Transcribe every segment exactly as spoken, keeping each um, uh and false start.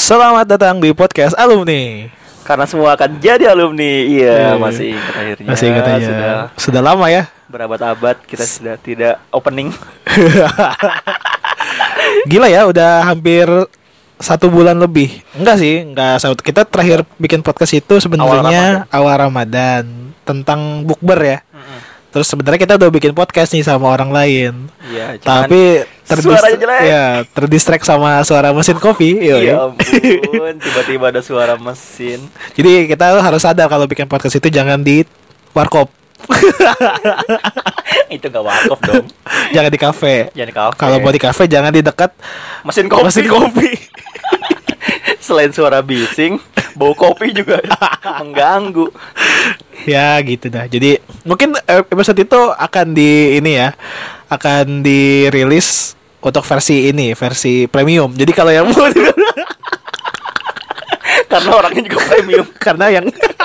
Selamat datang di podcast alumni. Karena semua akan jadi alumni. Iya, masih ingat akhirnya. Masih ingat aja. Sudah, Sudah lama ya. berabad-abad kita sudah tidak opening. Gila ya, udah hampir satu bulan lebih. Enggak sih, enggak. Kita terakhir bikin podcast itu sebenarnya awal, awal Ramadan tentang bukber ya. Terus sebenarnya kita udah bikin podcast nih sama orang lain. Iya, tapi suaranya jelek. Ya, terdistract sama suara mesin kopi. Iya ampun, tiba-tiba ada suara mesin. Jadi kita harus sadar kalau bikin podcast itu jangan di warkop. Itu gak warkop dong. Jangan di kafe. Jangan di kafe. Kalau mau di kafe jangan di dekat mesin kopi. Mesin kopi. Selain suara bising, bau kopi juga mengganggu. Ya gitu dah. Jadi mungkin episode itu akan di ini ya, akan dirilis untuk versi ini, versi premium. Jadi kalau yang mau karena orangnya juga premium, karena yang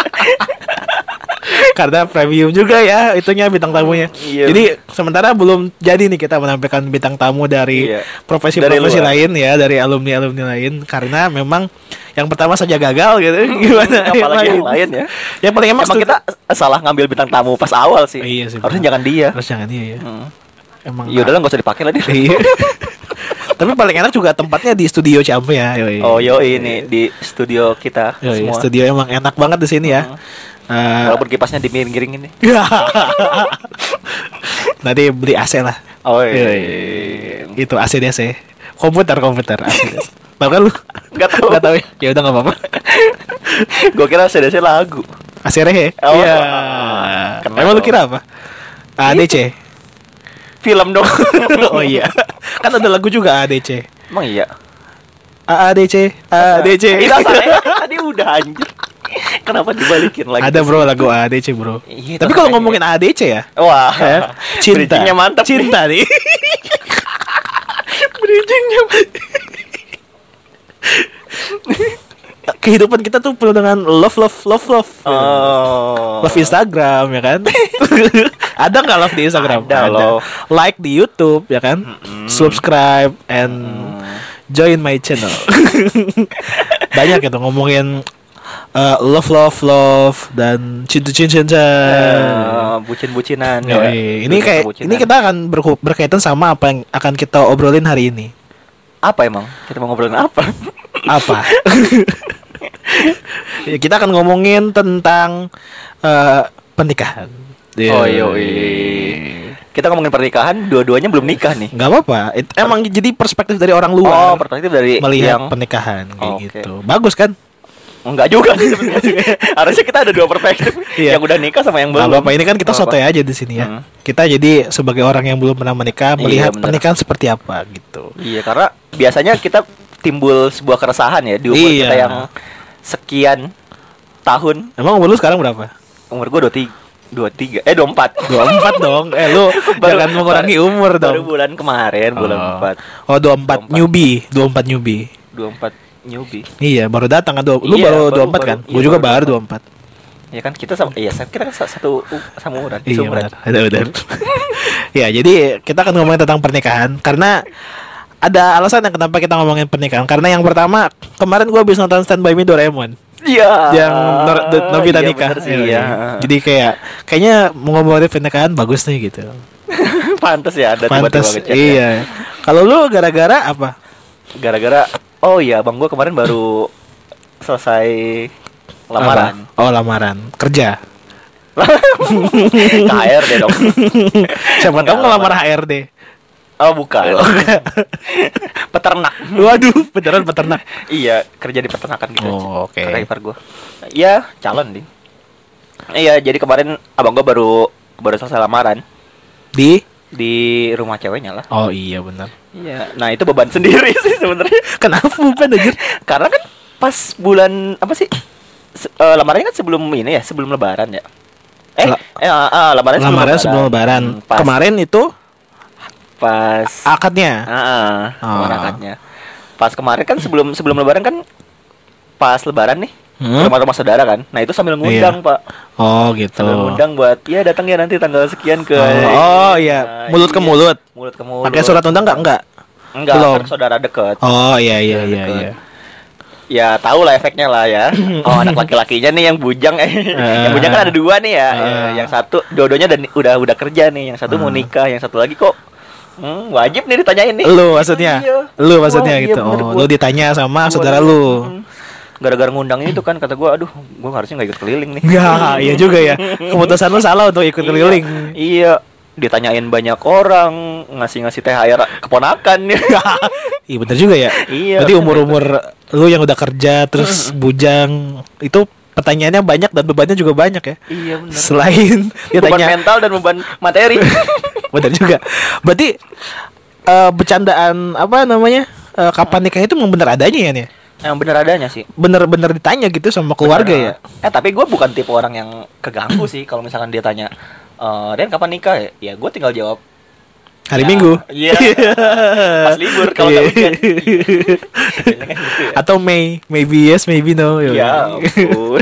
karena premium juga ya itunya bintang tamunya. Iya. Jadi sementara belum jadi nih kita menampilkan bintang tamu dari iya. profesi-profesi lain ya, dari alumni-alumni lain karena memang yang pertama saja gagal gitu. Gimana? Apalagi yang lain ya. Yang paling emang, emang kita salah ngambil bintang tamu pas awal sih. Iya sih. Harusnya jangan dia. Harus jangan dia ya. Hmm. Emang. Ya udahlah, nggak usah dipakai lah dia. Iya. Tapi paling enak juga tempatnya di studio Ciampe ya. Yoi. Oh yo ini di studio kita Yoi, semua. studio emang enak banget di sini ya. Hmm. Uh, Walaupun kipasnya dimiring-giring ini. Nanti beli A C lah. Oh iya. Yoi. Itu A C D C. Komputer komputer A C D C. Tahu kan lu? Enggak tahu. Enggak tahu ya. Ya udah enggak apa-apa. Gua kira C D C lagu. A C Rehe. Oh, iya. Kenapa? Emang lu kira apa? A D C. Film dong. Oh iya. Kan ada lagu juga A D C. Emang iya. A D C, A D C. Itu asalnya tadi udah anjir. Kenapa dibalikin lagi? Ada bro lagu A D C bro. Iya, tapi kalau ngomongin A D C ya, wah, ya, cinta, bridgingnya mantap. Cinta nih. Bridgingnya. Kehidupan kita tuh penuh dengan love, love, love, love. Oh. Love Instagram ya kan? Ada nggak love di Instagram? Ada, Ada. love. Like di YouTube ya kan? Mm-mm. Subscribe and Mm. join my channel. Banyak gitu ngomongin uh, love, love, love dan cinta, cinta, cinta. Uh, bucin-bucinan. Ya, Ya. ini kayak Bucinan. ini kita akan berku- berkaitan sama apa yang akan kita obrolin hari ini. Apa emang? Kita mau ngobrolin apa? Apa? Ya, kita akan ngomongin tentang uh, pernikahan. Oh iya. Kita ngomongin pernikahan, dua-duanya belum nikah nih. Nggak apa-apa. It, emang jadi perspektif dari orang luar. Oh, perspektif dari melihat yang pernikahan kayak Oh, gitu. okay. Bagus kan? enggak juga sih sebenarnya. Harusnya kita ada dua perspektif. Iya. Yang udah nikah sama yang belum. Nggak apa-apa. Ini kan kita Nggak sotoy aja di sini ya. Hmm. Kita jadi sebagai orang yang belum pernah menikah Iya, melihat bener. pernikahan seperti apa gitu. Iya, karena biasanya kita timbul sebuah keresahan ya di umur Iya. kita yang sekian tahun. Emang umur lu sekarang berapa? Umur gue dua tiga, dua tiga, eh dua empat. dua puluh empat dong. Eh lu Baru- jangan mengurangi umur Baru dong. bulan kemarin, bulan Oh. empat. Oh, dua puluh empat dua puluh empat. newbie, dua puluh empat newbie. dua puluh empat newbie. Iya, baru datang kan. Lu Iya, baru baru- dua puluh empat baru- kan? iya, Gue juga baru baru dua dua puluh empat. Ya kan kita sama, iya kita kan sa- satu uh, sama umuran, Iya seumuran. benar. Ada benar. Ya, jadi kita akan ngomongin tentang pernikahan karena ada alasan yang kenapa kita ngomongin pernikahan. Karena yang pertama, kemarin gue habis nonton Stand By Me Doraemon. Iya. Yang Nor- Do- Nobita Iya, nikah. bener sih, Iya, iya. Jadi kayak kayaknya mau ngomongin pernikahan bagus nih gitu. Pantes ya ada Pantes. tiba-tiba ngechat ya. Iya. Kalau lu gara-gara apa? Gara-gara oh iya, Bang gua kemarin baru selesai lamaran. Apa? Oh, lamaran. Kerja. K R D dong. Siapa tahu Enggak, ngelamar H R D. Oh bukan. Peternak. Waduh, beneran peternak. Iya, kerja di peternakan gitu. Oh, oke. Kata ipar gua. Iya, calon ding. Iya, jadi kemarin abang gua baru baru selesai lamaran Di di rumah ceweknya lah. Oh iya benar. Iya. Nah, itu beban sendiri sih sebenarnya. Kenapa bukan anjir? Karena kan pas bulan apa sih? Se- eh, lamarannya kan sebelum ini ya, sebelum lebaran ya. Eh, La- eh ah, ah, lamaran sebelum Lamaran lebaran. sebelum lebaran. Hmm, pas, Kemarin itu pas akadnya. ah, ah, Oh. akadnya. Pas kemarin kan sebelum sebelum lebaran kan pas lebaran nih. Hmm? Rumah-rumah saudara kan. Nah, itu sambil ngundang, Iya. Pak. Oh gitu. Sambil ngundang buat ya datang ya nanti tanggal sekian ke Oh, oh, iya. Nah, Mulut ke iya. mulut. Mulut ke mulut. Pakai surat undang nggak? Enggak. Enggak, Belum. kan saudara dekat. Oh iya iya Saudara iya dekat. iya. ya tahu lah efeknya lah ya. Oh, anak laki-lakinya nih yang bujang eh. Yang bujang kan ada dua nih ya. Uh. Yang satu dua-duanya udah udah udah kerja nih, yang satu uh. mau nikah, yang satu lagi kok hmm, wajib nih ditanyain nih. Lu maksudnya? Iya. Lu maksudnya Wah, gitu. Iya, oh, lu ditanya sama gua saudara lu. Hmm. Gara-gara ngundang itu kan kata gua, aduh, gua harusnya enggak ikut keliling nih. Ya, iya juga ya. Keputusan lu salah untuk ikut keliling. Iya. Ditanyain banyak orang, ngasih-ngasih T H R keponakan. Iya bener juga ya. Iya. Berarti umur-umur lu yang udah kerja terus bujang itu pertanyaannya banyak dan bebannya juga banyak ya. Iya benar. Selain dia beban tanya mental dan beban materi. Bener juga. Berarti uh, bercandaan apa namanya? Uh, kapan nikah itu memang bener adanya ya nih? Yang bener adanya sih. Bener-bener ditanya gitu sama keluarga bener. Ya. Eh tapi gue bukan tipe orang yang keganggu sih kalau misalkan dia tanya Uh, Dan kapan nikah ya? Ya gue tinggal jawab hari ya, Minggu. Iya. Pas libur kalau nggak weekend. Gitu ya. Atau May, maybe yes, maybe no. Ya ampun.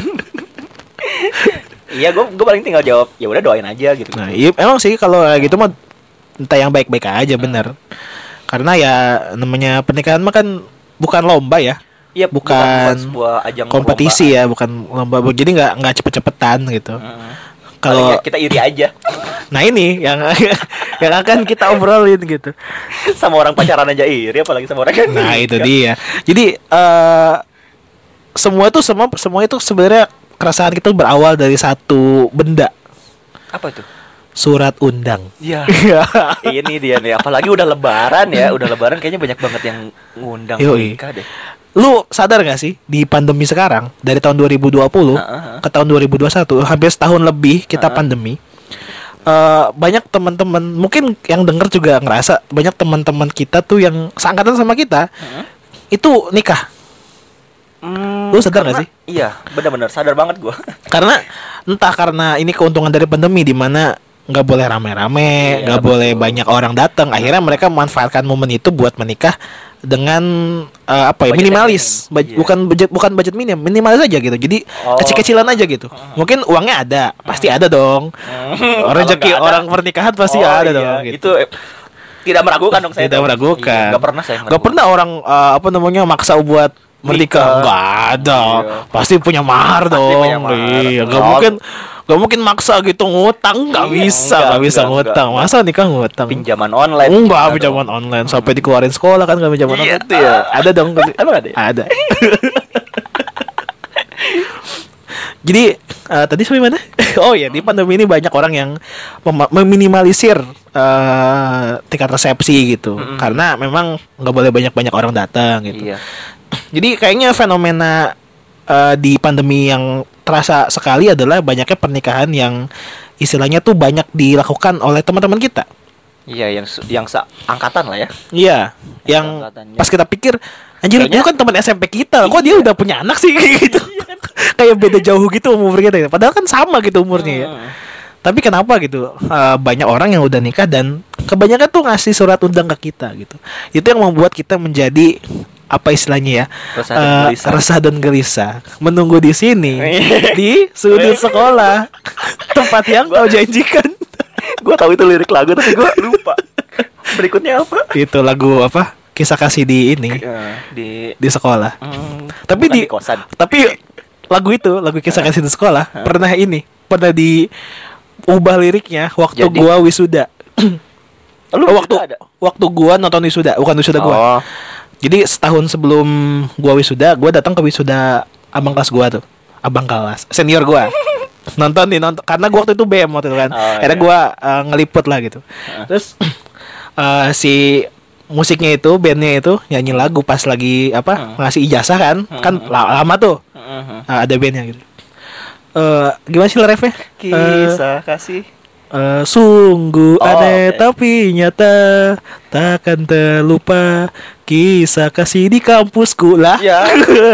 Iya, gue gue paling tinggal jawab ya udah doain aja gitu. Nah, iya emang sih kalau gitu mah entah yang baik-baik aja bener. Karena ya namanya pernikahan mah kan bukan lomba ya. Iya, bukan, bukan sebuah ajang kompetisi ya, bukan lomba. Jadi nggak nggak cepet-cepetan gitu. Hmm. Kalau kita iri aja. Nah ini yang yang akan kita obrolin gitu. Sama orang pacaran aja iri, apalagi sama orang. Nah itu dia. Jadi uh, semua itu semua semua itu sebenarnya keresahan kita berawal dari satu benda. Apa itu? Surat undang. Iya. Ini dia nih. Apalagi udah lebaran ya. Udah lebaran kayaknya banyak banget yang ngundang nikah deh. Lu sadar gak sih di pandemi sekarang dari tahun dua ribu dua puluh uh-huh. ke tahun dua ribu dua puluh satu hampir setahun lebih kita uh-huh. pandemi. Uh, banyak teman-teman mungkin yang denger juga ngerasa banyak teman-teman kita tuh yang seangkatan sama kita uh-huh. itu nikah. Hmm, lu sadar karena, gak sih? Iya, benar-benar sadar banget gua. Karena entah karena ini keuntungan dari pandemi di mana nggak boleh rame-rame, nggak iya, boleh banyak orang datang. Akhirnya mereka memanfaatkan momen itu buat menikah dengan uh, apa ya budget minimalis, Baj- yeah. bukan budget bukan budget minim, minimalis aja gitu. Jadi oh. kecil-kecilan aja gitu. Mungkin uangnya ada, pasti ada dong. Rezeki orang pernikahan pasti oh, ada iya. dong. Gitu. Itu eh, tidak meragukan dong saya. Tidak meragukan. Iya, gak pernah saya. Gak pernah orang uh, apa namanya maksa buat menikah. Enggak ada. Iya. Pasti punya mahar pasti dong. Punya mahar. Iya, enggak mungkin Gak mungkin maksa gitu ngutang, gak iya, bisa, enggak, gak bisa enggak, ngutang. Enggak. Masa nikah ngutang? Pinjaman online. Enggak, pinjaman dong. online sampai dikeluarin sekolah kan, gak pinjaman iya, online. Itu ya. Ada dong. Emang ada? Ya? Ada. Jadi uh, tadi sampai mana? Oh ya, di pandemi ini banyak orang yang mem- meminimalisir uh, tingkat resepsi gitu, mm-hmm. karena memang nggak boleh banyak-banyak orang datang gitu. Iya. Jadi kayaknya fenomena uh, di pandemi yang terasa sekali adalah banyaknya pernikahan yang istilahnya tuh banyak dilakukan oleh teman-teman kita. Iya, yang yang seangkatan lah ya. Iya, yang pas kita pikir anjir itu kan teman S M P kita, kok dia udah punya anak sih gitu. Kayak beda jauh gitu umur kita. Padahal kan sama gitu umurnya ya. Hmm. Tapi kenapa gitu uh, banyak orang yang udah nikah dan kebanyakan tuh ngasih surat undang ke kita gitu. Itu yang membuat kita menjadi apa istilahnya ya, resah dan, uh, resah dan gelisah menunggu di sini di sudut sekolah tempat yang kau janjikan. Gue tahu itu lirik lagu tapi gue lupa berikutnya apa. Itu lagu apa, kisah kasih di ini uh, di di sekolah. Hmm, tapi di, di kosan. Tapi lagu itu lagu kisah kasih di sekolah uh. pernah ini pernah diubah liriknya waktu Jadi, gua wisuda. Lu oh, waktu ada? waktu gua nonton wisuda bukan wisuda oh. gua. Jadi setahun sebelum gua wisuda, gua datang ke wisuda abang kelas gua tuh. Abang kelas, senior gua. Nonton nih, nonton karena gua waktu itu B M waktu itu kan. Oh, akhirnya iya. gua uh, ngeliput lah gitu. Uh. Terus uh, si musiknya itu, bandnya itu nyanyi lagu pas lagi apa? Uh. ngasih ijazah kan. Uh. Kan lama tuh. Uh. Uh, ada bandnya gitu. Uh, gimana sih refnya? Kisah uh, kasih Uh, sungguh oh, aneh okay. tapi nyata, takkan terlupa kisah kasih di kampusku lah. Ya.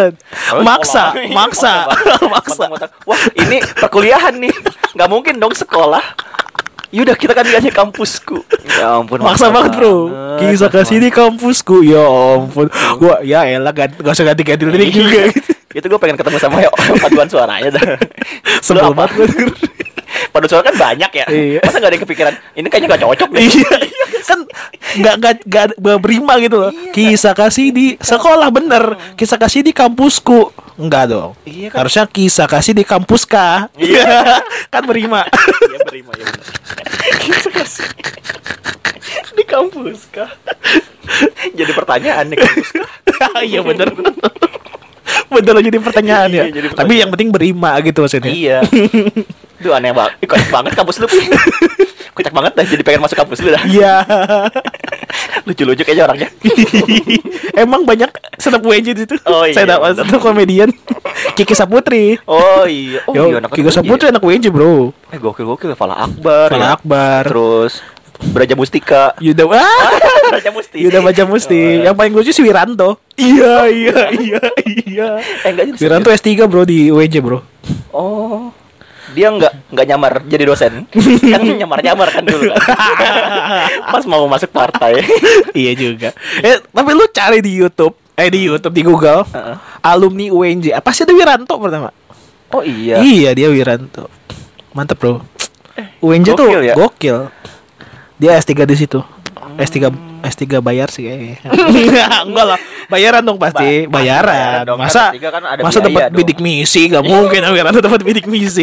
maksa, maksa, maksa. Wah, ini perkuliahan nih, nggak mungkin dong sekolah. Yaudah kita kan dikasih kampusku. Ya ampun, maksa, maksa banget bro. Kisah kasih di kampusku. Ya ampun, gua ya elah gak, gak usah ganti-ganti lirik juga gitu. Itu gue pengen ketemu sama ya paduan suaranya dah. Sebel banget. paduan suara kan banyak ya. Iya. Masa nggak ada yang kepikiran ini kayaknya nggak cocok deh. Iya. Kan nggak nggak nggak berima gitu loh. Kisah kasih di sekolah bener. Kisah kasih di kampusku. Enggak dong. Iya kan? Harusnya kisah kasih di kampus kah? Iya. Kan berima. Iya berima ya benar. Kisah kasih di kampus kah? Jadi pertanyaan nih kampus kah? Iya bener. Bener jadi pertanyaan ya. Iya, jadi Tapi pertanyaan. yang penting berima gitu maksudnya. Iya. Duh aneh banget. Ih, kocak banget kampus lu. Pi. Kocak banget dah jadi pengen masuk kampus lu dah. Iya. Lucu-lucu kayaknya orangnya. Emang banyak stand up W N J di situ. Oh, iya, Saya dapat bener. satu komedian. Kiki Saputri. Oh iya. Oh Yo, iya anak Kiki Saputri anak W N J, Bro. Eh gokil-gokil Fala Akbar. Fala ya. Akbar. Terus Braja Mustika. Yuda ah, Braja Musti. Yuda Baja Musti. Yang paling lucu si Wiranto. Iya, iya, iya, iya. Eh enggak jadi Wiranto S tiga, Bro, di W N J, Bro. Oh. Dia enggak enggak nyamar jadi dosen. Kan nyamar-nyamar kan dulu kan. Pas mau masuk partai. Iya juga. Eh, tapi lu cari di YouTube, eh di YouTube di Google, Heeh. alumni U N J. Pasti ada Wiranto pertama. Oh iya. Iya, dia Wiranto. Mantap, Bro. U N J tuh gokil ya? gokil. Dia S tiga di situ. S tiga S tiga bayar sih kayaknya. Enggak lah, bayaran dong pasti, Ba- bayaran. bayaran dong, kan Masa S tiga kan ada masa biaya dapat dong. bidik misi? Gak mungkin Wiranto dapat bidik misi.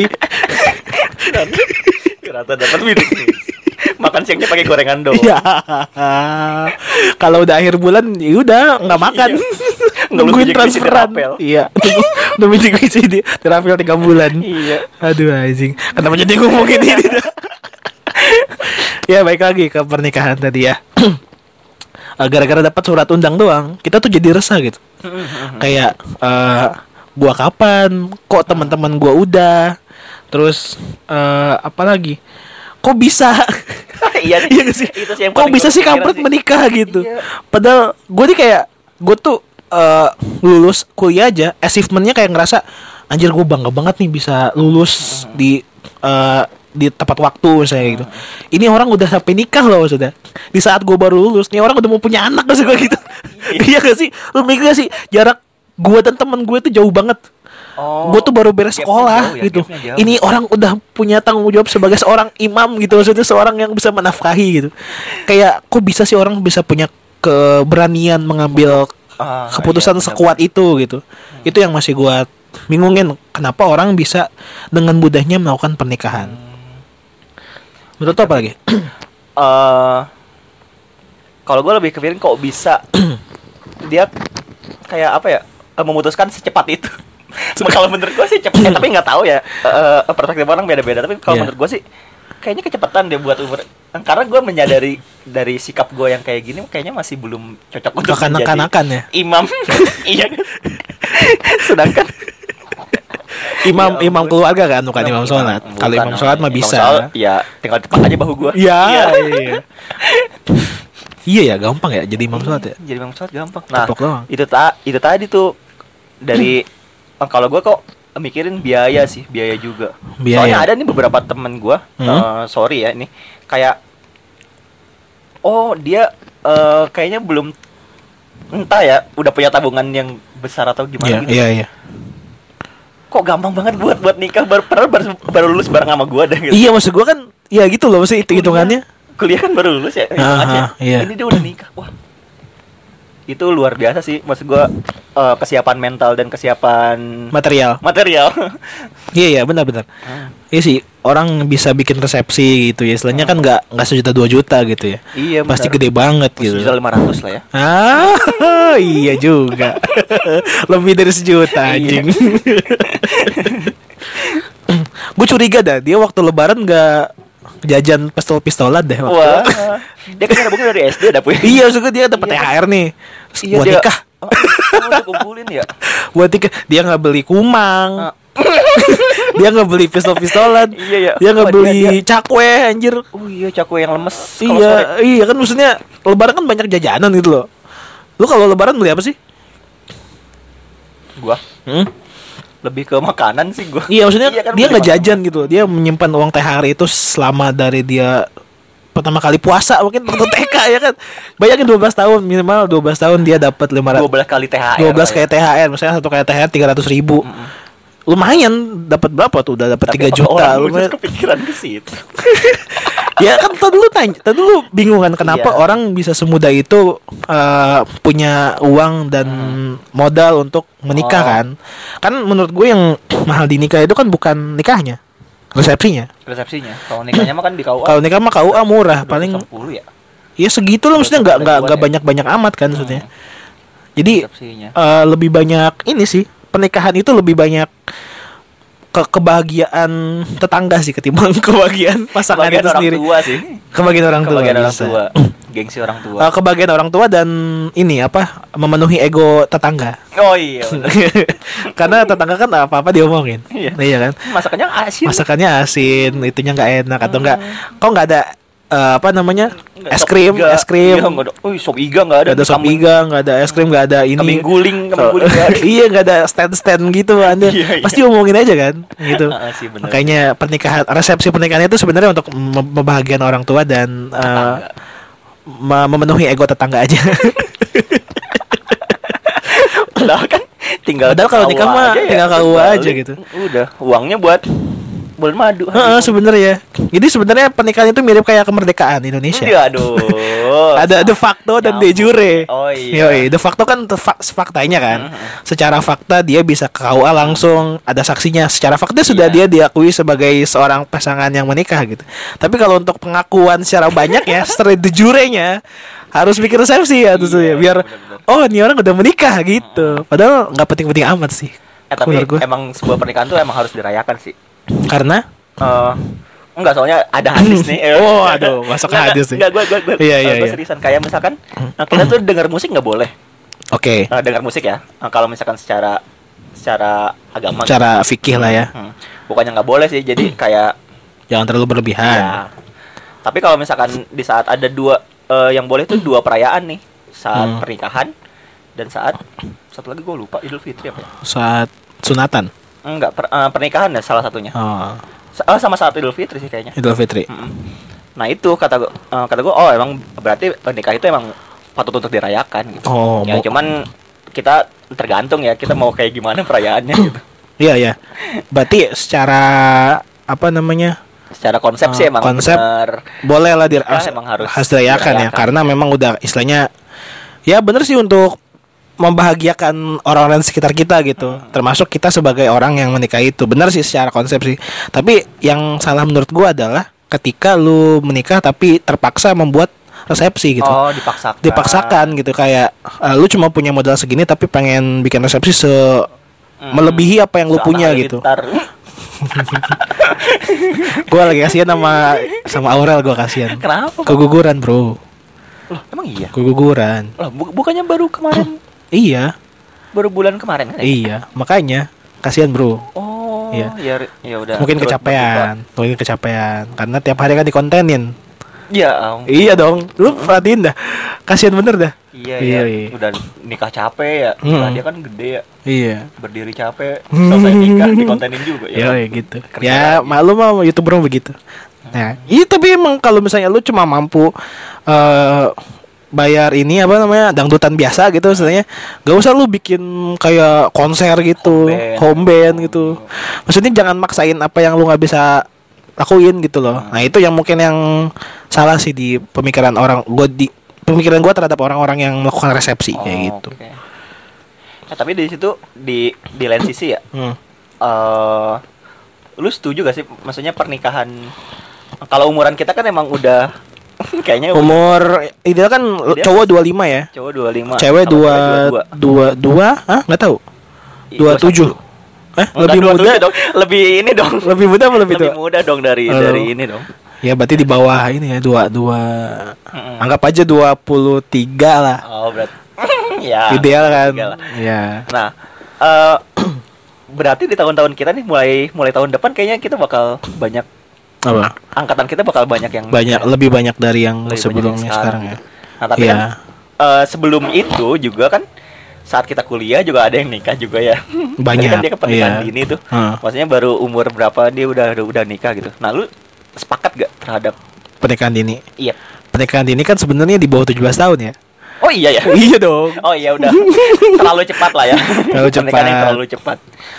Rata dapat bidik nih. Makan siangnya pakai gorengan doang. Iya. Kalau udah akhir bulan ya udah nggak makan. Ngeluh Nungguin bidik misi transferan. dirapel. Iya. Nunggu bidik misi di dirapel tiga bulan. Iya. Aduh anjing. Kenapa jadi ngomongin ini? Ya baik lagi ke pernikahan tadi ya. Eh, gara-gara dapat surat undang doang, kita tuh jadi resah gitu. Kayak eh, gua kapan? Kok teman-teman gua udah? Terus eh, apa lagi? Kok bisa? Iya Iya gak sih? Itu sih yang Kok paling bisa gua sih kepikiran kampret sih. menikah gitu? Iya. Padahal gue nih kayak gue tuh eh, lulus kuliah aja, achievementnya kayak ngerasa anjir gue bangga banget nih bisa lulus di eh, di tepat waktu misalnya gitu. Ini orang udah sampai nikah loh maksudnya. Di saat gue baru lulus, nih orang udah mau punya anak maksud gue gitu. Iya gak sih? Lu mikir gak sih jarak gue dan teman gue tuh jauh banget. Oh. Gue tuh baru beres Gapnya sekolah jauh ya, gitu. gapnya jauh. Ini orang udah punya tanggung jawab sebagai seorang imam gitu, maksudnya seorang yang bisa menafkahi gitu. Kayak kok bisa sih orang bisa punya keberanian mengambil Ah, keputusan iya, benar, sekuat itu gitu. Itu yang masih gua bingungin, kenapa orang bisa dengan mudahnya melakukan pernikahan. Menurut lo apa lagi? Eh, kalau gue lebih kepikiran kok bisa dia kayak apa ya eh, memutuskan secepat itu. Kalau menurut gue sih cepat, eh, tapi nggak tahu ya. Eh, perspektif orang beda-beda. Tapi kalau Iya. menurut gue sih kayaknya kecepatan dia buat umur. Karena gue menyadari dari sikap gue yang kayak gini, kayaknya masih belum cocok untuk menjadi Kekanak-kanakan ya. imam. Iya. kan? Sedangkan Imam Ya imam ampun. keluarga kan, bukan imam sholat. Bukan, Kalau imam sholat mah imam bisa. sholat, ya tinggal tepak aja bahu gue. Iya. Iya. Iya ya, gampang ya jadi imam sholat ya. Jadi imam sholat gampang. Nah, Tepok doang. itu ta itu tadi tuh dari eh, kalau gue kok mikirin biaya sih, biaya juga. Biaya. Soalnya ada nih beberapa temen gue, Hmm. eh, sorry ya ini, kayak oh dia eh, kayaknya belum entah ya, udah punya tabungan yang besar atau Iya, gimana gitu. iya, iya. Kok gampang banget buat buat nikah baru baru, baru, baru lulus bareng sama gue dah gitu. Iya, maksud gua kan ya gitu loh, maksud itu hitungannya. Kuliah kan baru lulus ya, hitung aja. Aha, iya. Ini dia udah nikah. Wah. Itu luar biasa sih. Maksud gua eh, kesiapan mental dan kesiapan Material. material. Iya, iya, benar-benar. Iya sih, orang bisa bikin resepsi gitu ya. Istilahnya kan nggak nggak sejuta dua juta gitu ya. Iya, Pasti benar. gede banget gitu. Sejuta lima ratus lah ya. Ah, iya juga. Lebih dari sejuta Iya. anjing. Gue curiga dah, dia waktu lebaran nggak jajan pistol-pistolan deh waktu. Wah. Dia kan nabungnya dari S D dah punya. Iya, maksudnya dia dapat Iya. T H R nih. Iya, Buat dia- nikah. Oh, oh, udah kumpulin ya. Buat nikah, dia nggak beli kumang. Ah. Dia nggak beli pistol-pistolan. Iya, iya. Dia nggak Wah, beli dia- dia- cakwe anjir. Oh iya, cakwe yang lemes. kalau Iya, sore. iya kan maksudnya lebaran kan banyak jajanan gitu loh. Lu kalau lebaran beli apa sih? Gua Hmm? lebih ke makanan sih gua. Iya, maksudnya Iya kan, dia beli nggak makanan. jajan gitu. Dia menyimpan uang T H R itu selama dari dia pertama kali puasa mungkin waktu T K ya kan. Bayangin dua belas tahun, minimal dua belas tahun dia dapat lima dua ratus belas kali T H R. dua belas lah ya. kayak T H R, misalnya satu kayak T H R tiga ratus ribu. lumayan dapat berapa tuh? Udah dapat tiga Tapi juta orang lumayan. kepikiran ke situ. Ya kan tadi lu tanya, tadi lu bingung kan kenapa Iya. orang bisa semudah itu uh, punya uang dan modal untuk menikah Oh. kan? Kan menurut gue yang mahal di nikah itu kan bukan nikahnya, resepsinya. Resepsinya. Kalau nikahnya mah kan di K U A. Kalau nikah mah K U A murah, paling sepuluh ya. ya segitu lah, maksudnya nggak nggak nggak Resepsinya. banyak-banyak amat kan maksudnya. Jadi Resepsinya. uh, lebih banyak ini sih, pernikahan itu lebih banyak ke kebahagiaan tetangga sih ketimbang kebahagiaan pasangan Kebagian itu orang sendiri. tua sih. Kebahagiaan orang tua. Kebagian orang bisa. tua. Gengsi orang tua. Uh, kebahagiaan orang tua dan ini apa memenuhi ego tetangga. Oh iya benar. Karena tetangga kan apa-apa diomongin. Iya. Iya kan? Masakannya asin. Masakannya asin, itunya nggak enak atau enggak? Kok nggak ada uh, apa namanya? Nggak, Es sop krim, iga. es krim. Iya, nggak ada. Oh, sop iga nggak ada. Nggak ada sop Kambing- iga, nggak ada es krim, nggak ada ini. Kambing guling, kambing So- guling nggak ada. iya, nggak ada stand-stand gitu Anda. Iya, iya. Pasti omongin aja kan, gitu. Ah, sih, bener. Makanya pernikahan, resepsi pernikahan itu sebenarnya untuk mem- membahagiakan orang tua dan uh, me- memenuhi ego tetangga aja. Padahal kan tinggal Padahal kalau K U A nikah mah aja ya, tinggal K U A balik. aja gitu. Udah, uangnya buat bulan madu. Heeh, sebenarnya. Jadi sebenarnya pernikahan itu mirip kayak kemerdekaan Indonesia. Iya, aduh. Ada de facto dan de jure. Oh iya. Yoi, de facto kan te- fa- faktanya kan. Mhm. Secara fakta dia bisa ke K U A langsung, ada saksinya. Secara fakta sudah dia Iya. diakui sebagai seorang pasangan yang menikah gitu. Tapi kalau untuk pengakuan secara banyak ya, secara de jurenya harus bikin resepsi ya tuh Iya, ya, biar bener-bener. oh ini orang udah menikah gitu. Padahal nggak penting-penting amat sih. Eh tapi menurut gua. emang sebuah pernikahan tuh emang harus dirayakan sih. Karena Eh, enggak soalnya ada hadis nih. Eh, Oh, aduh, masuk ke enggak, hadis nih. Enggak, gue gue gue Iya, iya, iya. seriusan kayak misalkan nah, kita tuh dengar musik nggak boleh. oke, Eh, dengar musik ya. Nah, kalau misalkan secara secara agama gitu. cara fikih lah ya. Hmm. Bukannya nggak boleh sih. Jadi kayak Jangan terlalu berlebihan. ya. Tapi kalau misalkan di saat ada dua eh, yang boleh tuh dua perayaan nih. Saat Hmm. pernikahan dan saat satu lagi gue lupa Idul Fitri apa ya? Saat sunatan. Enggak, per- eh, pernikahan ya salah satunya. Oh, Sa- oh, sama saat Idul Fitri sih kayaknya. Idul Fitri. Mm-mm. Nah itu kata gue, eh, kata gue, oh emang berarti eh, nikah itu emang patut untuk dirayakan gitu. Oh, Ya mau- cuman kita tergantung ya kita mau kayak gimana perayaannya gitu. Iya ya. Berarti secara apa namanya? Secara konsep Eh, sih emang konsep bener. Boleh lah dir Nikah emang harus dirayakan ya, dirayakan. karena memang udah istilahnya ya bener sih untuk membahagiakan orang-orang di sekitar kita gitu. Termasuk kita sebagai orang yang menikah itu. Bener sih secara konsep sih. Tapi yang salah menurut gua adalah ketika lu menikah tapi terpaksa membuat resepsi gitu. Oh dipaksakan. Dipaksakan gitu kayak eh, lu cuma punya modal segini tapi pengen bikin resepsi se Mm. melebihi apa yang lu Soal punya gitu. halilintar. Gua lagi kasihan sama sama Aurel, gua kasihan. Kenapa? Pak? Keguguran, Bro. Loh, emang iya. Keguguran. Loh, bu- bukannya baru kemarin, Iya, baru bulan kemarin kan? ya? iya. Makanya kasihan, Bro. Oh, Iya. ya, ya udah. Mungkin Turut kecapean, mungkin kecapean karena tiap hari kan dikontenin. berduka. Ya, ampun. Iya dong. Lu perhatiin dah. Kasihan bener dah. Iya, Iya, iya, iya. Udah nikah capek ya. Hmm. Nah, dia kan gede ya. Iya. Berdiri capek, selesai nikah dikontenin juga Ya, ya. gitu. Kerja Ya, lagi. malu mah YouTuber mah begitu. Nah, iya tapi emang kalau misalnya lu cuma mampu eh bayar ini apa namanya dangdutan biasa gitu misalnya, gak usah lu bikin kayak konser gitu, Home band. home band gitu. Maksudnya jangan maksain apa yang lu nggak bisa lakuin gitu loh. Nah itu yang mungkin yang salah sih di pemikiran orang gue di pemikiran gue terhadap orang-orang yang melakukan resepsi kayak Oh, gitu. oke. Nah, tapi di situ di di lain sisi ya. Hmm. eh lu setuju gak sih maksudnya pernikahan kalau umuran kita kan emang udah kayaknya udah Umur ideal kan Ideal. cowok dua puluh lima ya. cowok dua puluh lima, Cewek sama dua cewek dua dua, ah nggak tahu. dua puluh tujuh. Eh, Enggak, lebih dua puluh tujuh muda. dong. Lebih ini dong. Lebih muda apa lebih Lebih tua? muda dong dari Oh. dari ini dong. Ya berarti di bawah ini ya dua dua. Mm-mm. Anggap aja dua puluh tiga lah. Oh, berarti ya. Ideal kan. tiga lah. Ya. Nah, eh berarti di tahun-tahun kita nih mulai mulai tahun depan kayaknya kita bakal banyak Apa? angkatan kita bakal banyak yang Banyak lebih banyak dari yang lebih banyak sebelumnya yang sekarang ya. gitu. Nah, tapi Iya. kan eh, sebelum itu juga kan saat kita kuliah juga ada yang nikah juga ya. Banyak, Tadi kan dia ke pernikahan iya. dini tuh. Heeh. Maksudnya baru umur berapa dia udah udah, udah nikah gitu. Nah, lu sepakat gak terhadap Pernikahan dini. iya. Pernikahan dini kan sebenarnya di bawah tujuh belas tahun ya. Oh iya ya. Iya dong. Oh iya udah. Terlalu cepat lah ya. Terlalu Pernikahan yang cepat. terlalu cepat.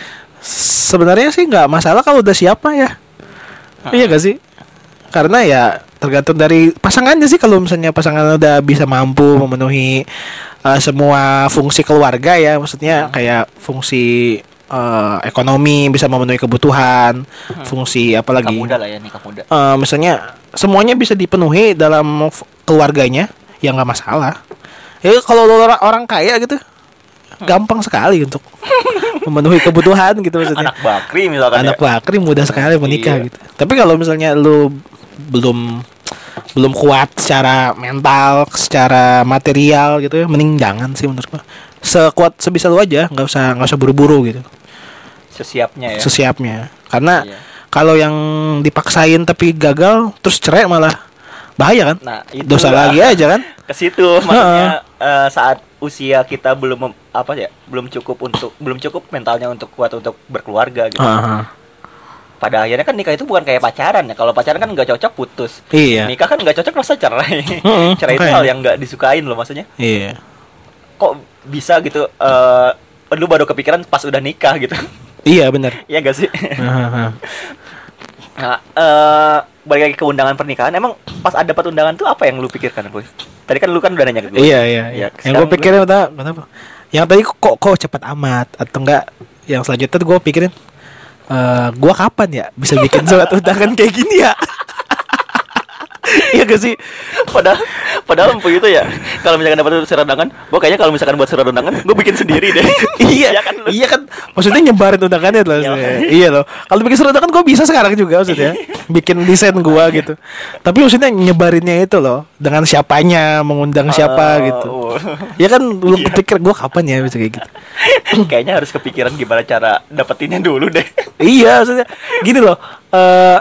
sebenarnya sih nggak masalah kalau udah siapa ya. Hmm. Iya gak sih? Karena ya tergantung dari pasangannya sih. Kalau misalnya pasangan udah bisa mampu memenuhi uh, semua fungsi keluarga ya, maksudnya Hmm. kayak fungsi uh, ekonomi, bisa memenuhi kebutuhan, Hmm. fungsi apa Nikah lagi? muda lah ya, nikah muda. Uh, misalnya semuanya bisa dipenuhi dalam f- keluarganya, ya nggak masalah. Ya kalau lo orang, orang kaya gitu, gampang sekali untuk memenuhi kebutuhan gitu maksudnya. Anak bakri misalkan Anak ya. bakri mudah sekali menikah Iya. gitu. Tapi kalau misalnya lu belum belum kuat secara mental, secara material gitu ya, mending jangan sih menurut gua. Sekuat sebisa lu aja, nggak usah nggak usah buru-buru gitu. Sesiapnya ya. Sesiapnya. Karena Iya. kalau yang dipaksain tapi gagal terus cerai malah bahaya kan? Nah, itu Dosa lah. lagi aja kan? Ke situ maksudnya eh, saat usia kita belum mem- apa ya, belum cukup untuk belum cukup mentalnya untuk kuat untuk berkeluarga gitu. Aha. Pada akhirnya kan nikah itu bukan kayak pacaran ya. Kalau pacaran kan nggak cocok putus. Iya. Nikah kan nggak cocok masa cerai. Mm-mm, Cerai itu makanya. hal yang nggak disukain loh maksudnya. Iya. Kok bisa gitu eh lu baru kepikiran pas udah nikah gitu. Iya benar. Iya gak sih? Aha. Nah, eh balik lagi ke undangan pernikahan, emang pas ada dapat undangan tuh apa yang lu pikirkan, Boy? Tadi kan lu kan udah nanya ke gue. Iya iya iya. Ya, Yang gue sekarang pikirin apa? Kenapa? Yang tadi kok kok cepat amat atau enggak? Yang selanjutnya gue pikirin, eh gue kapan ya bisa bikin surat undangan kayak gini ya? Iya gak sih? Padahal padahal empu itu ya. Kalau misalkan dapat surat undangan, gue kayaknya kalau misalkan buat surat undangan, gue bikin sendiri deh. iya Iya kan lu? iya kan. Maksudnya nyebarin undangannya loh. Iya. maksudnya. Iya loh. Kalau bikin surat undangan gue bisa sekarang juga maksudnya. Bikin desain gue gitu. Tapi maksudnya nyebarinnya itu loh, dengan siapanya, mengundang siapa Oh, gitu. oh. Ya kan lu Iya. pikir gue kapan ya bisa kayak gitu. Kayaknya harus kepikiran gimana cara dapetinnya dulu deh. Iya, maksudnya gini loh. eh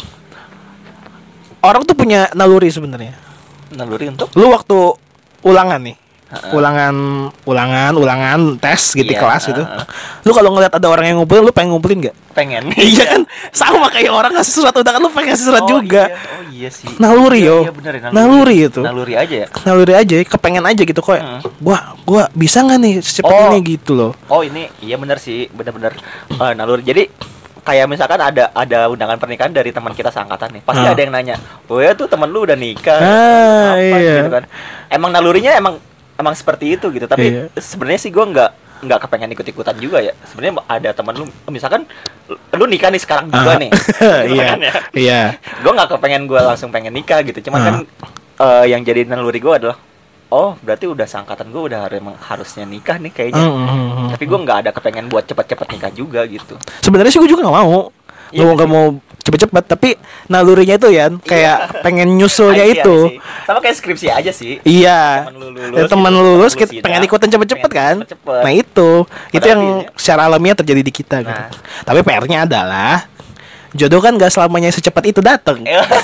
orang tuh punya naluri sebenarnya. Naluri untuk Lu waktu ulangan nih, Ha-ha. ulangan, ulangan, ulangan tes gitu di Iya, kelas gitu. ha-ha. Lu kalau ngeliat ada orang yang ngumpulin, lu pengen ngumpulin nggak? pengen. Iya kan, sama kayak orang ngasih surat undangan, lu pengen ngasih surat Oh, juga. Iya. Oh iya sih. Naluri, Iya, yo. iya bener ya, Naluri itu. Naluri aja ya. Naluri aja, kepengen aja gitu kok. Hmm. Gua, gua bisa nggak nih secepat Oh. ini gitu loh. Oh ini iya benar sih, benar-benar eh, naluri. Jadi kayak misalkan ada ada undangan pernikahan dari teman kita seangkatan nih, pasti Ah. ada yang nanya, oh ya tuh teman lu udah nikah, Ah, apa iya. gitu kan? Emang nalurinya emang emang seperti itu gitu. Tapi Iya. sebenarnya sih gue nggak nggak kepengen ikut-ikutan juga ya. Sebenarnya ada teman lu, misalkan lu nikah nih sekarang juga Ah. nih, gitu Iya, kan ya. iya. Gue nggak kepengen gue langsung pengen nikah gitu. Cuman Ah. kan eh, yang jadi naluri gue adalah, oh berarti udah seangkatan gue udah emang harusnya nikah nih kayaknya. Mm, mm, mm, Tapi gue nggak ada kepengen buat cepet-cepet nikah juga gitu. Sebenarnya sih gue juga nggak mau. Iya, Gue nggak sih. mau cepet-cepet, tapi nalurinya itu ya kayak pengen nyusulnya I see, I itu. see. Sama kayak skripsi aja sih. Iya. Temen lu lulus, Ya, temen gitu, lu lulus temen lu kita sidang, pengen ikutan cepet-cepet pengen kan. cepet-cepet. Nah itu, itu Padahal yang ini- secara alamiah terjadi di kita gitu. Nah. Tapi P R-nya adalah jodoh kan gak selamanya secepat itu datang.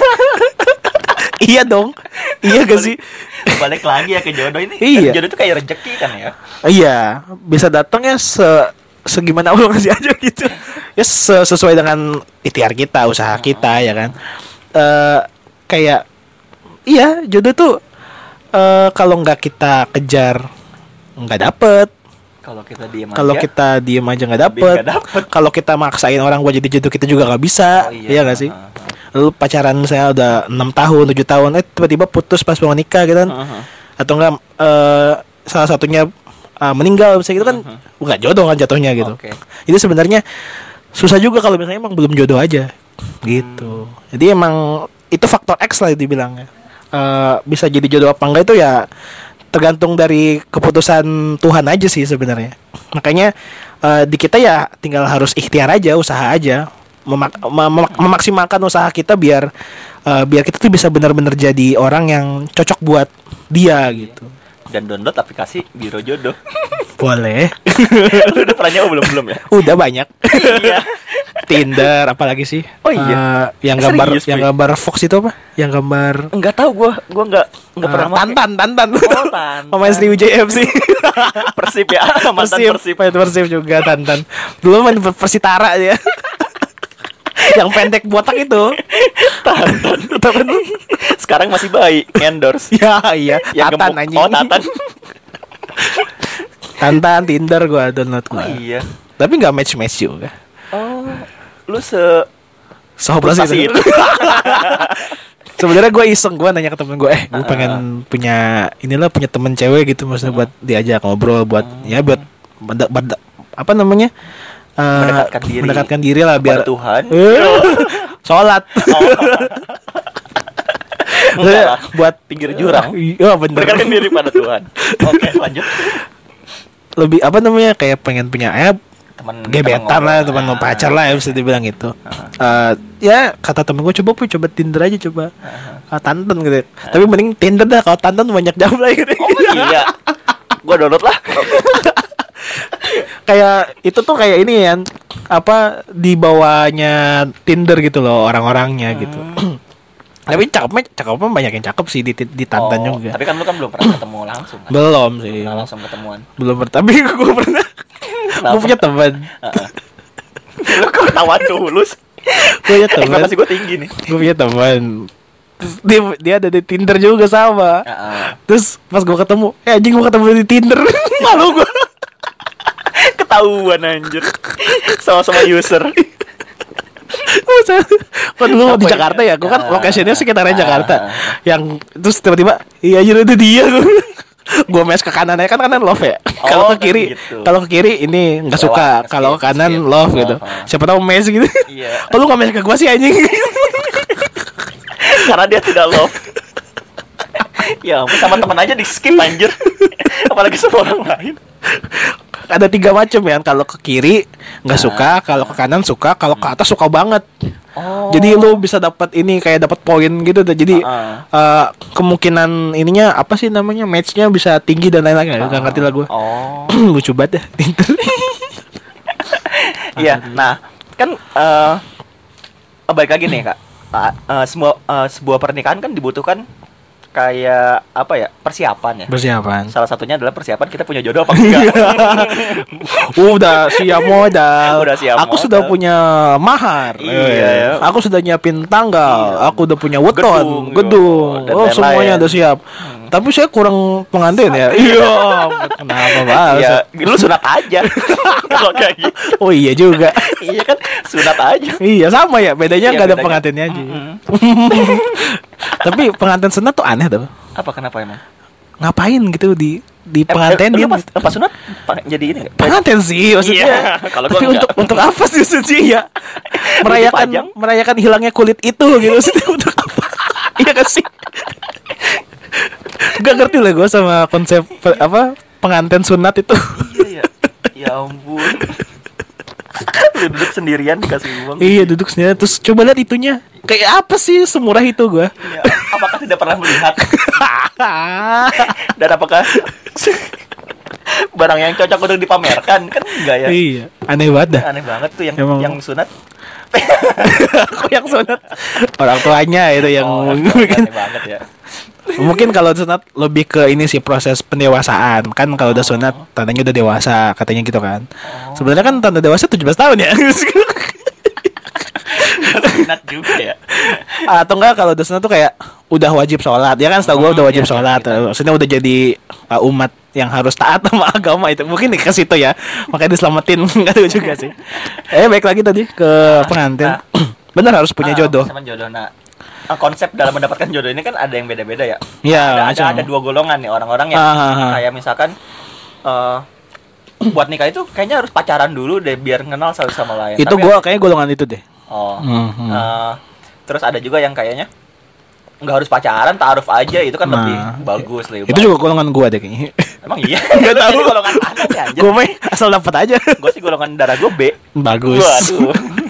Iya dong. Iya gak sih? Balik lagi ya ke jodoh ini. Iya. Jodoh itu kayak rezeki kan ya. Iya, bisa datangnya se segimana Allah ngasih aja gitu. Ya se- sesuai dengan ikhtiar kita, usaha kita ya kan. Eh kayak iya, jodoh tuh eh kalau nggak kita kejar nggak dapet. Kalau kita diem aja. Kalau kita diem aja nggak lebih dapet. nggak dapet. Kalau kita maksain orang buat jadi jodoh kita juga nggak bisa. Oh, Iya nggak sih? Heeh. Lalu pacaran saya udah enam tahun, tujuh tahun, eh tiba-tiba putus pas mau nikah gitu kan. Heeh. Atau enggak eh salah satunya eh, meninggal misalnya gitu kan nggak jodoh kan jatuhnya gitu. Oke. Jadi sebenarnya susah juga kalau misalnya emang belum jodoh aja gitu. Jadi emang itu faktor X lah dibilangnya. Eh bisa jadi jodoh apa enggak itu ya tergantung dari keputusan Tuhan aja sih sebenarnya. Makanya eh, di kita ya tinggal harus ikhtiar aja, usaha aja, Memak- mem- memaksimalkan usaha kita biar eh, biar kita tuh bisa benar-benar jadi orang yang cocok buat dia gitu. Dan download aplikasi Biro Jodoh. Boleh. Lu udah pernah nyoba belum belum ya? Udah banyak. Iya. Tinder apalagi sih? Oh iya. Eh, yang Eh, gambar serius, yang Pi? gambar Fox itu apa? Yang gambar Enggak tahu gua, gua enggak enggak pernah eh, pakai. Tantan, Tantan. Oh, Tantan. Pemain Sriwijaya F C. Persib ya, mantan Persib, Persib. main Persib juga Tantan. Dulu main per- Persitara dia. Yang pendek botak itu. Tantan. Tapi itu Sekarang masih baik, endorse. ya iya, Yang Tantan gemuk. anjing. Oh, Tantan. Tantan Tinder gua download Oh gua. iya. Tapi nggak match-match juga. lu se Seoperasi frustasi itu. itu. Sebenarnya gue iseng, gue nanya ke temen gue, eh gue Uh-uh. pengen punya inilah punya temen cewek gitu, maksudnya buat diajak ngobrol, buat ya buat benda- benda- apa namanya Eh, Mendekatkan diri. mendekatkan diri lah Kepada biar Tuhan. Eh, sholat. Oh. Enggak lah, buat pinggir jurang. Iya bener. Mendekatkan diri pada Tuhan. Oke, lanjut. Lebih apa namanya kayak pengen punya eh Teman gebetan lah, teman ngobrol. pacar lah ya bisa dibilang gitu. Uh-huh. Eh, ya kata temen gue coba pu coba Tinder aja coba. Ah, Tantan gitu. Tapi mending Tinder dah, kalau Tantan banyak jambla gitu. Oh iya. Gua download lah. Kayak itu tuh kayak ini ya apa di bawahnya Tinder gitu loh orang-orangnya gitu. Tapi cakepnya cakepnya banyak yang cakep sih di di Tantan Oh, juga. tapi kan lu kan belum pernah ketemu langsung kan? Belum sih. Belum langsung ketemuan. Belum pernah. Tapi gue pernah. Gue punya teman. Heeh. Lu kok ketahuan dulu sih? Gue punya teman. Ekspektasi gue tinggi nih. Gue punya teman. Terus dia dia ada di Tinder juga sama. Heeh. Terus pas gue ketemu, eh anjing gue ketemu di Tinder. Malu gue. Ketahuan anjir. Sama-sama user. Kan dulu Apa di ya? Jakarta ya, gue kan Ah. lokasinya sekitarnya Ah. Jakarta. Yang terus tiba-tiba, iya aja itu dia. Gue mes ke kanan aja kan kanan love ya. Oh, Kalau ke kan kiri, gitu. kalau ke kiri ini nggak suka. Lewat, Kalau skip, ke kanan skip. love gitu. Oh, oh. Siapa tahu mes gitu. Iya. Kalau lu nggak mes ke gue sih anjing. Karena dia tidak love. Ya ampun, sama teman aja di skip anjir. Apalagi sama orang lain. Ada tiga macam ya. Kalau ke kiri nggak suka, kalau ke kanan suka, kalau ke atas suka banget. Oh. Jadi lu bisa dapat ini kayak dapat poin gitu. Jadi Ah. eh, kemungkinan ininya apa sih namanya matchnya bisa tinggi dan lain-lain. Gak ngerti lah gue. Oh. Lucu banget ya Tinder. Iya. Nah, kan eh balik lagi nih, Kak. Ah, eh, semua eh, sebuah pernikahan kan dibutuhkan kayak apa ya? Persiapan ya. Persiapan. Salah satunya adalah persiapan kita punya jodoh apa enggak. Udah siap modal. Udah siap Aku modal. sudah punya mahar. Iya, Eh, ya. Aku sudah nyiapin tanggal. Iya. Aku udah punya weton, Gedung, gedung. dan Oh, lain-lain. semuanya udah siap. Tapi saya kurang pengantin ya. Iya. Kenapa banget? Iya, lu sunat aja. Kalau kayak gitu. Oh iya juga. Iya kan, sunat aja. Iya sama ya. Bedanya Iya, nggak ada bedanya. pengantinnya aja. Mm-mm. Tapi pengantin sunat tuh aneh tuh. Apa kenapa emang? Ngapain gitu di di Eh, pengantin eh, dia lu pas, pas sunat pa- jadi ini nggak? pengantin sih maksudnya. Iya, kalau gua Tapi enggak. untuk untuk apa sih maksudnya ya? Merayakan dipajang? merayakan hilangnya kulit itu gitu maksudnya untuk apa? Iya kan sih? Gak ngerti lah gue sama konsep pe- apa pengantin sunat itu. Iya, ya. Ya ampun. Lu duduk sendirian dikasih uang. Iya duduk sendiri terus coba lihat itunya. Kayak apa sih semurah itu gue? Iya. Apakah tidak pernah melihat? Dan apakah barang yang cocok untuk dipamerkan? Kan enggak ya? Iya, aneh banget dah. Aneh banget tuh yang Emang. yang sunat. Kok yang sunat orang tuanya itu yang Oh, bikin. aneh banget ya. Mungkin kalau sunat lebih ke ini sih proses pendewasaan. Kan kalau udah sunat tandanya udah dewasa katanya gitu kan. Sebenarnya kan tanda dewasa tujuh belas tahun ya. Sunat juga ya. Atau enggak kalau udah sunat tuh kayak udah wajib sholat. Ya kan setahu gue udah wajib Iya, sholat. iya, iya. Maksudnya udah jadi uh, umat yang harus taat sama agama itu. Mungkin ke situ ya. Makanya diselamatin enggak tahu juga sih. Eh baik lagi tadi ke pengantin. nah. Benar harus punya Ah, jodoh. Sama jodoh. Nah, ah, konsep dalam mendapatkan jodoh ini kan ada yang beda-beda ya. Iya, ada, ada macam. ada dua golongan nih orang-orang yang Ah, ah, ah. kayak misalkan eh buat nikah itu kayaknya harus pacaran dulu deh biar kenal satu sama lain. Itu Tapi gue kayaknya golongan itu deh. Oh. Hmm, hmm. Eh, terus ada juga yang kayaknya nggak harus pacaran, taaruf aja itu kan Nah, lebih bagus lebih Itu juga golongan gua deh kayaknya. Emang iya. Nggak tahu. Jadi golongan mana nih anjir? Gue mah asal dapat aja. Gue sih golongan darah gue B. Bagus. Waduh.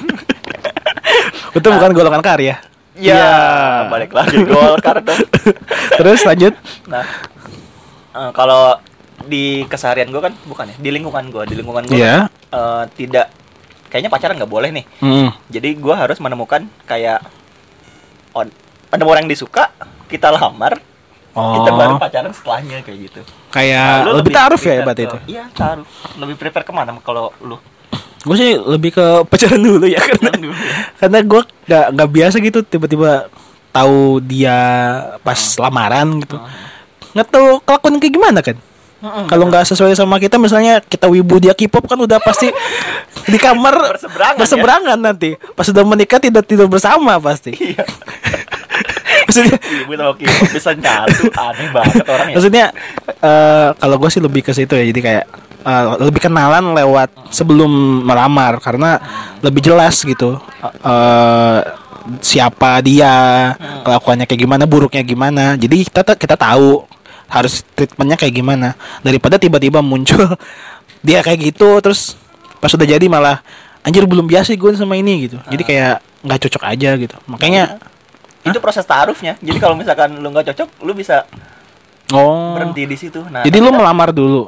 Itu bukan golongan karya. Ya, Iya. balik lagi Golkar dong. Terus lanjut. Nah, eh, kalau di keseharian gue kan bukan ya, di lingkungan gue, di lingkungan gue Iya. eh, tidak kayaknya pacaran nggak boleh nih. Hmm. Jadi gue harus menemukan kayak on, ada orang yang disuka, kita lamar, kita baru Oh, pacaran setelahnya kayak gitu. kayak Nah, lu lebih taaruf ya prepare berarti ke- itu. Iya, taaruf. Lebih prepare kemana kalau lu? Gue sih lebih ke pacaran dulu ya karena Pacaran dulu ya. karena gue nggak nggak biasa gitu tiba-tiba tahu dia pas lamaran gitu. Oh. Nggak tahu kelakuan kayak gimana kan. Kalau nggak sesuai sama kita, misalnya kita wibu dia K-pop, kan udah pasti di kamar Berseberangan, berseberangan nanti. Pas sudah menikah tidak tidur bersama pasti. Iya. Maksudnya, Ibu sama K-pop bisa nyatu, aneh banget orangnya. maksudnya eh, kalau gue sih lebih ke situ ya. Jadi kayak eh, lebih kenalan lewat sebelum melamar, karena lebih jelas gitu eh, siapa dia, kelakuannya kayak gimana, buruknya gimana. Jadi kita kita tahu harus treatmentnya kayak gimana, daripada tiba-tiba muncul dia kayak gitu terus pas udah jadi malah anjir belum biasa gue sama ini gitu. Jadi kayak nggak cocok aja gitu. Makanya itu proses taarufnya. Jadi kalau misalkan lu nggak cocok, lu bisa oh berhenti di situ. Nah, jadi lu melamar dulu,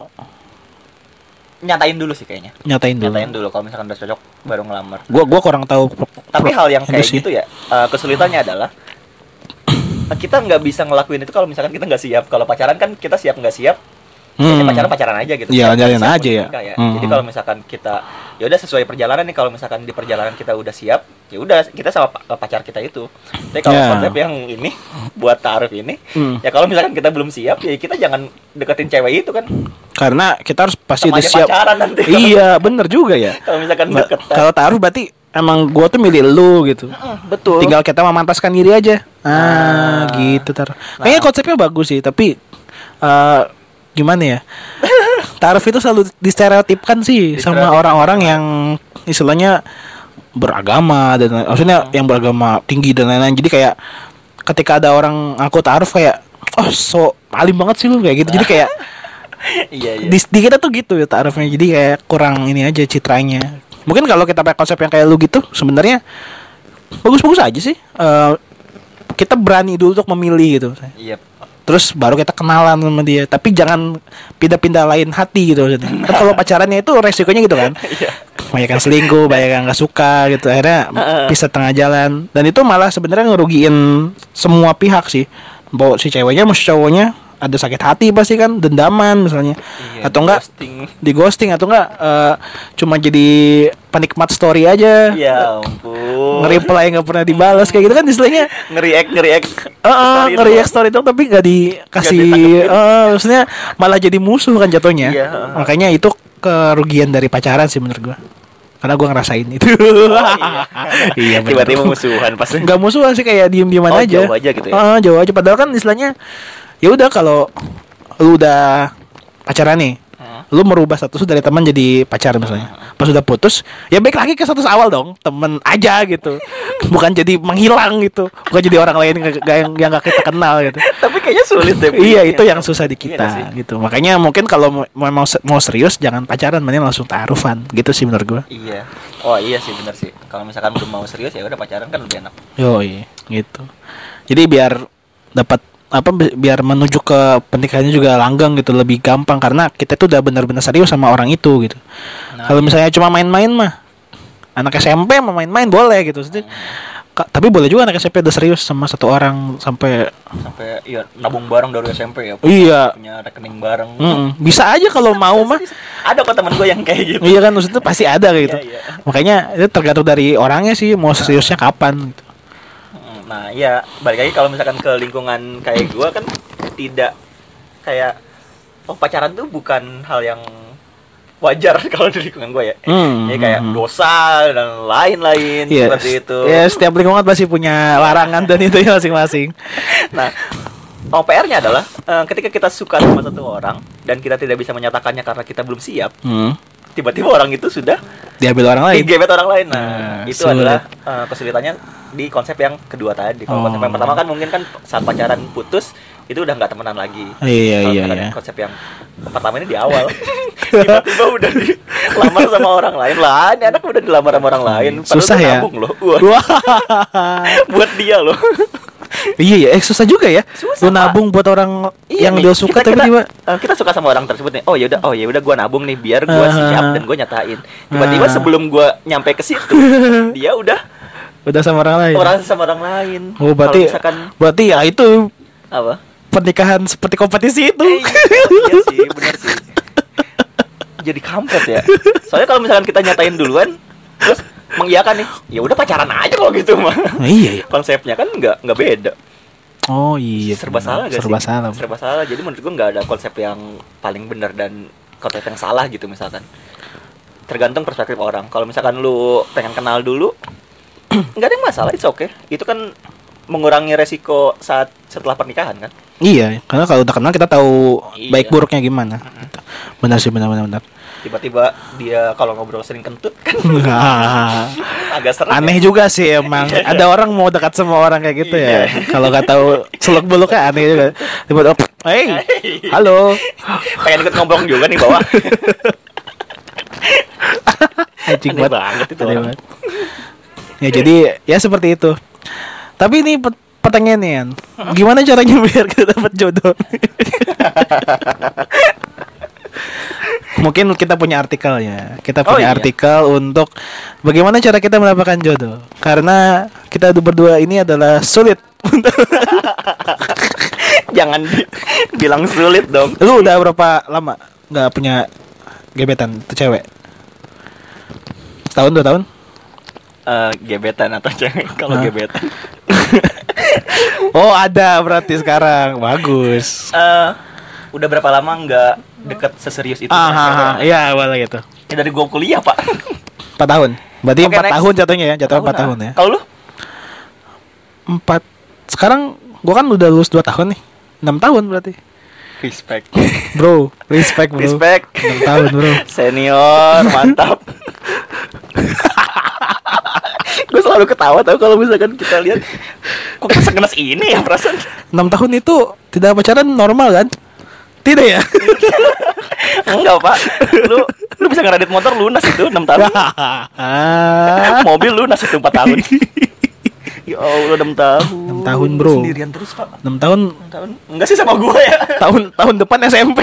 nyatain dulu sih kayaknya. nyatain dulu. Nyatain dulu kalau misalkan udah cocok baru ngelamar. Gua gua kurang tahu. Tapi hal yang kayak sih. gitu ya, uh, kesulitannya adalah kita nggak bisa ngelakuin itu kalau misalkan kita nggak siap. Kalau pacaran kan kita siap nggak siap, ya Hmm. pacaran pacaran aja gitu. Iya, Siap- jalin siap aja ya. menikah Hmm. Jadi kalau misalkan kita ya udah sesuai perjalanan nih, kalau misalkan di perjalanan kita udah siap, ya udah kita sama pa- pacar kita itu. Tapi kalau Ya. konsep yang ini buat taaruf ini, Hmm. ya kalau misalkan kita belum siap, ya kita jangan deketin cewek itu kan. Karena kita harus pasti Sama udah aja siap. pacaran nanti. Iya, bener juga ya. Kalau misalkan Ba- deket. Kalau taruh berarti emang gua tuh milih lu gitu. Betul. Tinggal kita memantaskan diri aja. Ah, Nah. gitu tar. Kayaknya konsepnya bagus sih, tapi eh gimana ya? Taruh itu selalu distereotipkan sih sama Distereotipkan. orang-orang yang istilahnya beragama dan maksudnya yang beragama tinggi dan lain-lain. Jadi kayak ketika ada orang aku taruh kayak oh so alim banget sih lu kayak gitu. Jadi kayak Iya, iya. di, di kita tuh gitu ya taruhnya. Jadi kayak kurang ini aja citranya. Mungkin kalau kita pakai konsep yang kayak lu gitu sebenarnya bagus-bagus aja sih. Eh, kita berani dulu untuk memilih gitu. Iya. Terus baru kita kenalan sama dia. Tapi jangan pindah-pindah lain hati gitu maksudnya. Kan kalau pacarannya itu resikonya gitu kan. Iya. Banyak yang selingkuh, banyak yang nggak suka gitu. Akhirnya pisah tengah jalan. Dan itu malah sebenarnya ngerugiin semua pihak sih. Bawa si ceweknya sama si cowoknya ada sakit hati pasti kan, dendaman misalnya. Iya, Atau enggak ghosting. di ghosting atau enggak eh, cuma jadi penikmat story aja. Ya ampun. Nge-reply nggak pernah dibalas kayak gitu kan istilahnya. Nge-react, nge-react. Heeh, Story nge-react doang. story dong tapi nggak dikasih. Nggak ditanggepin. Eh, maksudnya malah jadi musuh kan jatuhnya. Iya. Makanya itu kerugian dari pacaran sih menurut gua. Karena gua ngerasain itu. Iya benar. Tiba-tiba musuhan pas. Nggak musuhan sih, kayak diem-dieman Oh, aja. jauh aja gitu ya? Heeh, jauh aja. Padahal kan istilahnya ya udah kalau lu udah pacaran nih, Heeh. lu merubah status dari teman jadi pacar misalnya. Pas udah putus, ya baik lagi ke status awal dong, temen aja gitu. Bukan jadi menghilang gitu. Bukan jadi orang lain yang yang yang gak kita kenal gitu. Tapi kayaknya sulit deh. Iya, itu yang susah di Iya kita nggak sih? gitu. Makanya mungkin kalau mau mau mau serius jangan pacaran, mending langsung taarufan gitu sih menurut gua. Iya. Oh iya sih, benar sih. Kalau misalkan belum mau serius ya udah pacaran kan lebih enak. Yoi, gitu. Jadi biar dapat apa bi- biar menuju ke pernikahannya juga langgang gitu, lebih gampang karena kita tuh udah benar-benar serius sama orang itu gitu. Nah, Kalau misalnya cuma main-main mah anak S M P mau main-main boleh gitu. Jadi, ka- tapi boleh juga anak S M P udah serius sama satu orang sampai sampai iya nabung bareng dari S M P ya. iya. Punya rekening bareng. Mm-mm. Bisa aja kalau mau mah. Ada kok teman gue yang kayak gitu. Iya kan, maksudnya pasti ada kayak gitu. Iya, iya. Makanya itu tergantung dari orangnya sih mau seriusnya kapan gitu. Nah, iya, balik lagi kalau misalkan ke lingkungan kayak gua kan tidak kayak oh pacaran tuh bukan hal yang wajar kalau di lingkungan gua ya. Hmm, Jadi kayak hmm. dosa dan lain-lain Iya, seperti itu. ya setiap lingkungan pasti punya larangan dan itu ya masing-masing. Nah, O P R-nya adalah eh, ketika kita suka sama satu orang dan kita tidak bisa menyatakannya karena kita belum siap, Hmm. tiba-tiba orang itu sudah Diambil orang lain. digebet orang lain. Nah, Nah, itu sulit. adalah eh, kesulitannya di konsep yang kedua tadi. Kalau Oh. konsep yang pertama kan mungkin kan saat pacaran putus itu udah nggak temenan lagi. Iya, Kalau iya, misalkan iya. Konsep yang pertama ini di awal tiba-tiba udah dilamar sama orang lain lah. Ini anak udah dilamar sama orang lain. Padahal Susah tuh ya. nabung loh. Wah, Wah. buat dia loh. Iya ya, eh susah juga ya. Susah, Lu nabung buat orang Iya yang nih, dia suka kita, tapi kita, tiba eh, kita suka sama orang tersebut nih. Oh ya udah, oh ya udah, gue nabung nih biar gue Ah. siap dan gue nyatain. Tiba-tiba Ah. sebelum gue nyampe ke situ, dia udah udah sama orang lain. orang sama orang lain. Oh, berarti Kalau misalkan berarti ya itu apa? pernikahan seperti kompetisi itu. Eh, iya sih, benar sih. Jadi kampret ya. Soalnya kalau misalkan kita nyatain duluan, terus mengiyakan nih, ya udah pacaran aja kalau gitu mah. Nah, iya ya. Konsepnya kan nggak nggak beda. Oh iya. Serba benar. salah gak Serba sih? salah. Serba salah. Jadi menurut gue nggak ada konsep yang paling benar dan konsep yang salah gitu misalkan. Tergantung perspektif orang. Kalau misalkan lu pengen kenal dulu, nggak ada yang masalah, it's okay. Itu kan mengurangi resiko saat setelah pernikahan kan. Iya, karena kalau udah kenal kita tahu Iya. baik buruknya gimana. Gitu. Benar sih, benar benar benar. Tiba-tiba dia kalau ngobrol sering kentut kan agak serem. Aneh ya? juga sih emang. Ada orang mau dekat sama orang kayak gitu ya. Iya. Kalau nggak tahu seluk beluknya aneh juga. Tiba-tiba, oh, hey, halo. Pengen ikut ngobrol juga nih bawah. Anjing Aneh banget. banget itu Aneh orang. banget. Ya jadi ya seperti itu. Tapi ini pet- pertanyaan nih, Yan. Gimana caranya biar kita dapat jodoh? Mungkin kita punya artikelnya. Kita Oh, punya iya. artikel untuk bagaimana cara kita mendapatkan jodoh. Karena kita berdua ini adalah sulit. Jangan di- bilang sulit dong. Lu udah berapa lama nggak punya gebetan tuh cewek? Setahun, dua tahun? Eh, gebetan atau cewek? Kalau Hah? gebetan. Oh ada berarti sekarang. Bagus. Eh, udah berapa lama nggak deket seserius itu? Ah, sama ah, cewek? ah, iya awalnya gitu. Ya dari gua kuliah pak. Empat tahun. Berarti Oke, empat next. tahun jatuhnya ya, jatuh empat Tahunan. tahun ya. Kalau lu? Empat. Sekarang gua kan udah lulus dua tahun nih. Enam tahun berarti. Respect. Bro, respect bro. Respect. Enam tahun bro. Senior, mantap. Gue selalu ketawa tau kalau misalkan kita lihat kok segenas ini ya perasaan. Enam tahun itu tidak pacaran normal kan? Tidak ya? Enggak pak. Lu lu bisa ngeredit motor lunas itu enam tahun. Ah. Mobil lunas itu empat tahun. Ya Allah enam tahun. Enam tahun, bro. Sendirian terus pak. Enam tahun. enam tahun. Enggak sih sama gue ya. Tahun tahun depan S M P.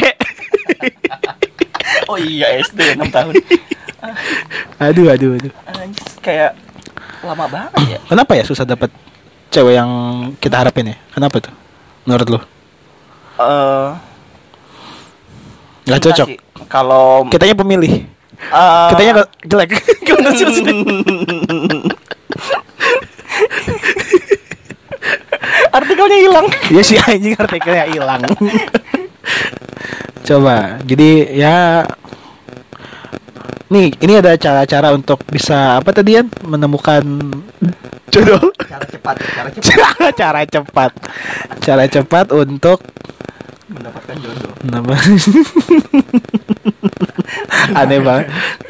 Oh iya S D enam tahun. Aduh aduh aduh. Anjir, kayak lama banget ya. Kenapa ya susah dapat cewek yang kita harapin ya? Kenapa tuh? Menurut lu? Eh, Gak cocok. sih. Kalau Kitanya pemilih. eh, Kitanya nggak jelek. Gimana sih maksudnya? artikelnya hilang. Ya si anjing artikelnya hilang. Coba. Jadi ya nih, ini ada cara-cara untuk bisa apa tadi ya? Menemukan jodoh. Cara cepat, cara cepat Cara cepat. Cara cepat untuk mendapatkan jodoh. Nama. Aneh banget.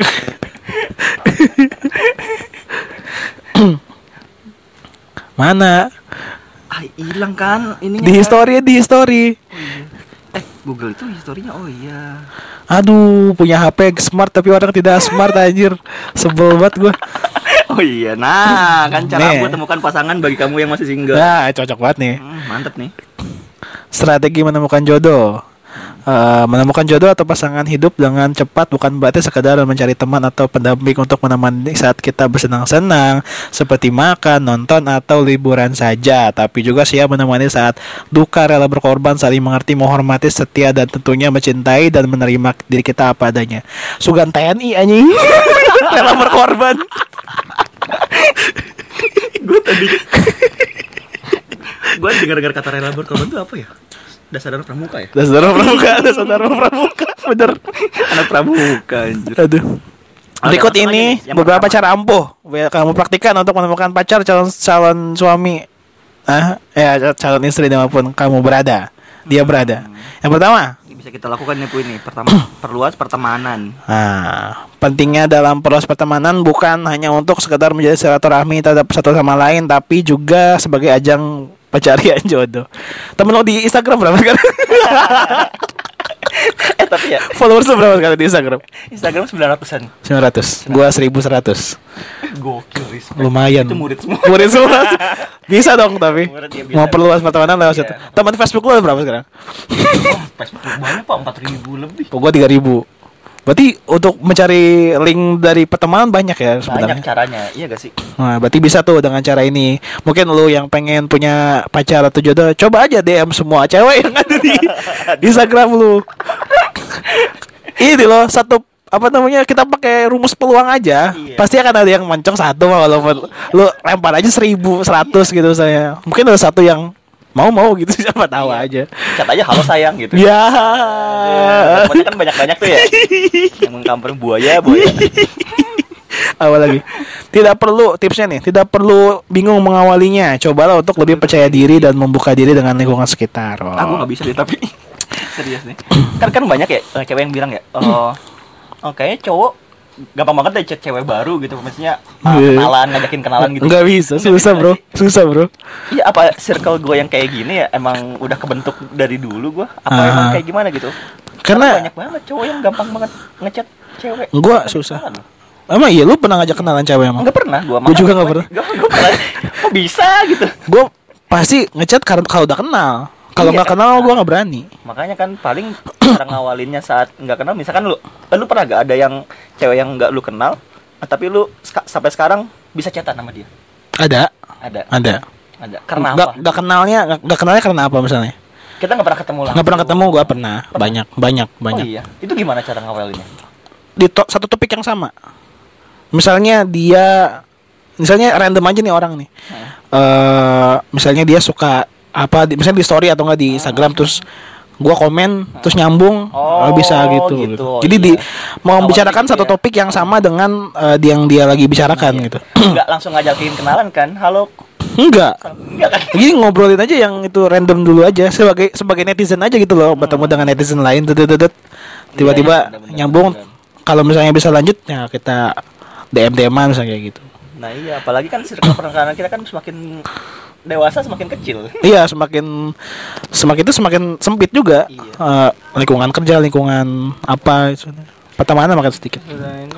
Mana? Ah, hilang kan ininya. Di kan? history, di history. Eh, Google itu historinya. Oh iya. Aduh, punya H P smart tapi orang tidak smart anjir. Sebel banget gua. Oh iya. Nah, kan cara Nih. buat temukan pasangan bagi kamu yang masih single. Nah, cocok banget nih. Hmm, mantep nih. Strategi menemukan jodoh. Eh, menemukan jodoh atau pasangan hidup dengan cepat bukan berarti sekadar mencari teman atau pendamping untuk menemani saat kita bersenang-senang seperti makan, nonton atau liburan saja, tapi juga siap menemani saat duka, rela berkorban, saling mengerti, menghormati, setia dan tentunya mencintai dan menerima diri kita apa adanya. Sugan T N I anjing. Rela berkorban. Gue tadi gue dengar-dengar kata rela berkorban itu apa ya? Dasar pramuka ya? Dasar pramuka, dasar pramuka, bener. Anak pramuka anjir. Aduh. Berikut Oke, langsung ini aja nih, yang beberapa pertama. cara ampuh yang kamu praktikkan untuk menemukan pacar, calon calon suami, ah, ya calon istri dimanapun kamu berada, dia berada. Yang pertama, Ini bisa kita lakukan nih Bu ini. Pertama, perluas pertemanan. nah, pentingnya dalam perluas pertemanan bukan hanya untuk sekedar menjadi silaturahmi terhadap satu sama lain, tapi juga sebagai ajang pencarian jodoh. Temen lo di Instagram berapa sekarang? Eh tapi ya Followers lo berapa sekarang di Instagram? Instagram sembilan ratusan. sembilan ratus. Gua seribu seratus. Gokil respect. Lumayan. Itu murid semua. Murid semua. Bisa dong tapi. Murid, ya, bisa. Mau perluas pertemanan lewat Iya. situ. Teman Facebook lo berapa sekarang? Oh, Facebook banyak Pak, empat ribu lebih. Oh, gua tiga ribu. Berarti untuk mencari link dari pertemanan banyak ya Banyak sebenarnya. caranya, iya gak sih? Nah, berarti bisa tuh dengan cara ini. Mungkin lu yang pengen punya pacar atau jodoh, coba aja D M semua cewek yang ada di Instagram lu. Ini loh satu apa namanya, kita pakai rumus peluang aja. Iya. Pasti akan ada yang mencong satu walaupun lu lempar aja seribu, seratus gitu saya. Mungkin ada satu yang mau mau gitu siapa tahu Iya. aja. Chat aja halo sayang gitu. Ya. Temennya kan banyak-banyak tuh ya. Yang mengkamper buaya, buaya. Apa lagi? Tidak perlu tipsnya nih, tidak perlu bingung mengawalinya. Cobalah untuk lebih percaya diri dan membuka diri dengan lingkungan sekitar. Oh. Aku nggak bisa deh tapi serius nih. Kan kan banyak ya eh, cewek yang bilang ya, oh, oh kayaknya cowok gampang banget deh chat cewek baru gitu, maksudnya ah, kenalan, ngajakin kenalan gitu. Nggak bisa, susah bro, susah bro. Iya, apa circle gue yang kayak gini ya emang udah kebentuk dari dulu gue? Apa Ah. emang kayak gimana gitu? Karena- banyak banget cowok yang gampang banget ngechat cewek. Gua susah. Emang iya lu pernah ngajak kenalan cewek emang? Enggak pernah gua. Gua juga nggak pernah. Gua, gua pernah. Kok bisa gitu? Gue pasti ngechat karena kalau udah kenal. Kalau Iya, nggak kan? kenal gue nggak berani. Makanya kan paling cara ngawalinnya saat nggak kenal, misalkan lu eh, lu pernah gak ada yang cewek yang nggak lu kenal eh, tapi lu ska- sampai sekarang bisa chatan sama dia? Ada, Ada. ada. Ada. Karena Nggak apa? nggak kenalnya, nggak nggak kenalnya karena apa misalnya? Kita nggak pernah ketemu langsung. Nggak pernah ketemu, gue pernah. Banyak, banyak, banyak. Oh iya. Itu gimana cara ngawalinnya? Di to- satu topik yang sama. Misalnya dia, misalnya random aja nih orang nih. Hmm. Eh, misalnya dia suka apa? Di, misalnya di story atau enggak di Instagram terus gua komen terus nyambung Oh, eh, bisa gitu. gitu. gitu. Jadi Iya. di mau Awalnya membicarakan gitu satu ya. topik yang sama dengan eh, yang dia lagi bicarakan Iya. gitu. Nggak langsung ngajakin kenalan kan? Halo. Enggak. Enggak kan? Jadi ngobrolin aja yang itu random dulu aja sebagai sebagai netizen aja gitu loh, bertemu dengan netizen lain tut, tut, tut. Tiba-tiba Iya, iya, benar-benar, nyambung. benar-benar. Kalau misalnya bisa lanjut ya kita D M D M-an misalnya kayak gitu. Nah iya, apalagi kan circle pertemanan kita kan semakin dewasa semakin kecil. Iya, semakin semakin itu semakin sempit juga. Iya. Eh, lingkungan kerja, lingkungan apa itu. Pertemanan makin sedikit. Nah, ini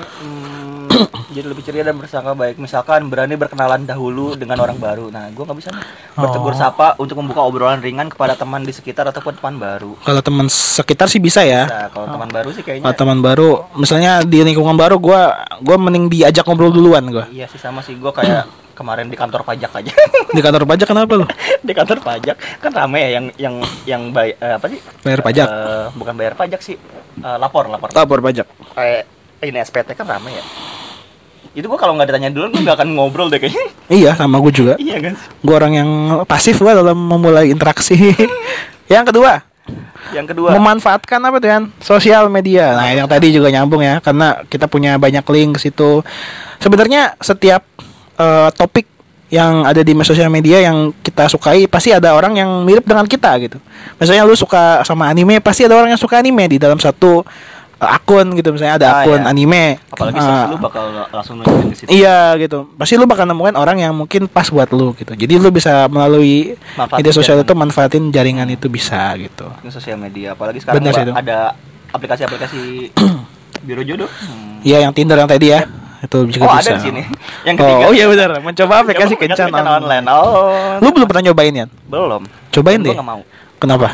mm, jadi lebih ceria dan bersangka baik. Misalkan berani berkenalan dahulu dengan orang baru. Nah, gua nggak bisa nih bertegur Oh. sapa untuk membuka obrolan ringan kepada teman di sekitar ataupun teman baru. Kalau teman sekitar sih bisa ya. Nah, kalau teman baru sih kayaknya. Kalau teman baru, misalnya di lingkungan baru gua gua mending diajak ngobrol duluan gua. Iya sih sama sih, gua kayak kemarin di kantor pajak aja. Di kantor pajak kenapa lu? Di kantor pajak kan rame ya yang yang yang bay, eh, apa sih? Bayar pajak. Eh, bukan bayar pajak sih. Eh, lapor, lapor. Lapor pajak. Kayak ini S P T kan rame ya. Itu gua kalau nggak ditanya dulu gua nggak akan ngobrol deh kayaknya. Iya, sama gue juga. Iya kan? Gue orang yang pasif lah dalam memulai interaksi. Yang kedua, Yang kedua, memanfaatkan apa tuh kan? Sosial media. Nah, yang tadi juga nyambung ya, karena kita punya banyak link ke situ. Sebenarnya setiap eh, topik yang ada di sosial media yang kita sukai pasti ada orang yang mirip dengan kita gitu. Misalnya lu suka sama anime, pasti ada orang yang suka anime di dalam satu eh, akun gitu. Misalnya ada Ah, akun iya. anime. apalagi Eh, search lu bakal langsung nunjukin ke situ. Iya gitu. Pasti lu bakal nemuin orang yang mungkin pas buat lu gitu. Jadi lu bisa melalui Manfaatin media sosial jaringan. itu manfaatin jaringan itu bisa gitu. Ini sosial media, apalagi sekarang Benar sih Mbak, itu. ada aplikasi-aplikasi biro jodoh. Hmm. Iya yang Tinder yang tadi ya. Itu juga Oh, bisa. ada di sini. Yang ketiga. Oh, oh iya benar. Mencoba aplikasi Coba kencan kencan online. online. Oh. Lu belum pernah nyobain ya? Belum. Cobain Dan deh. gua nggak mau. Kenapa?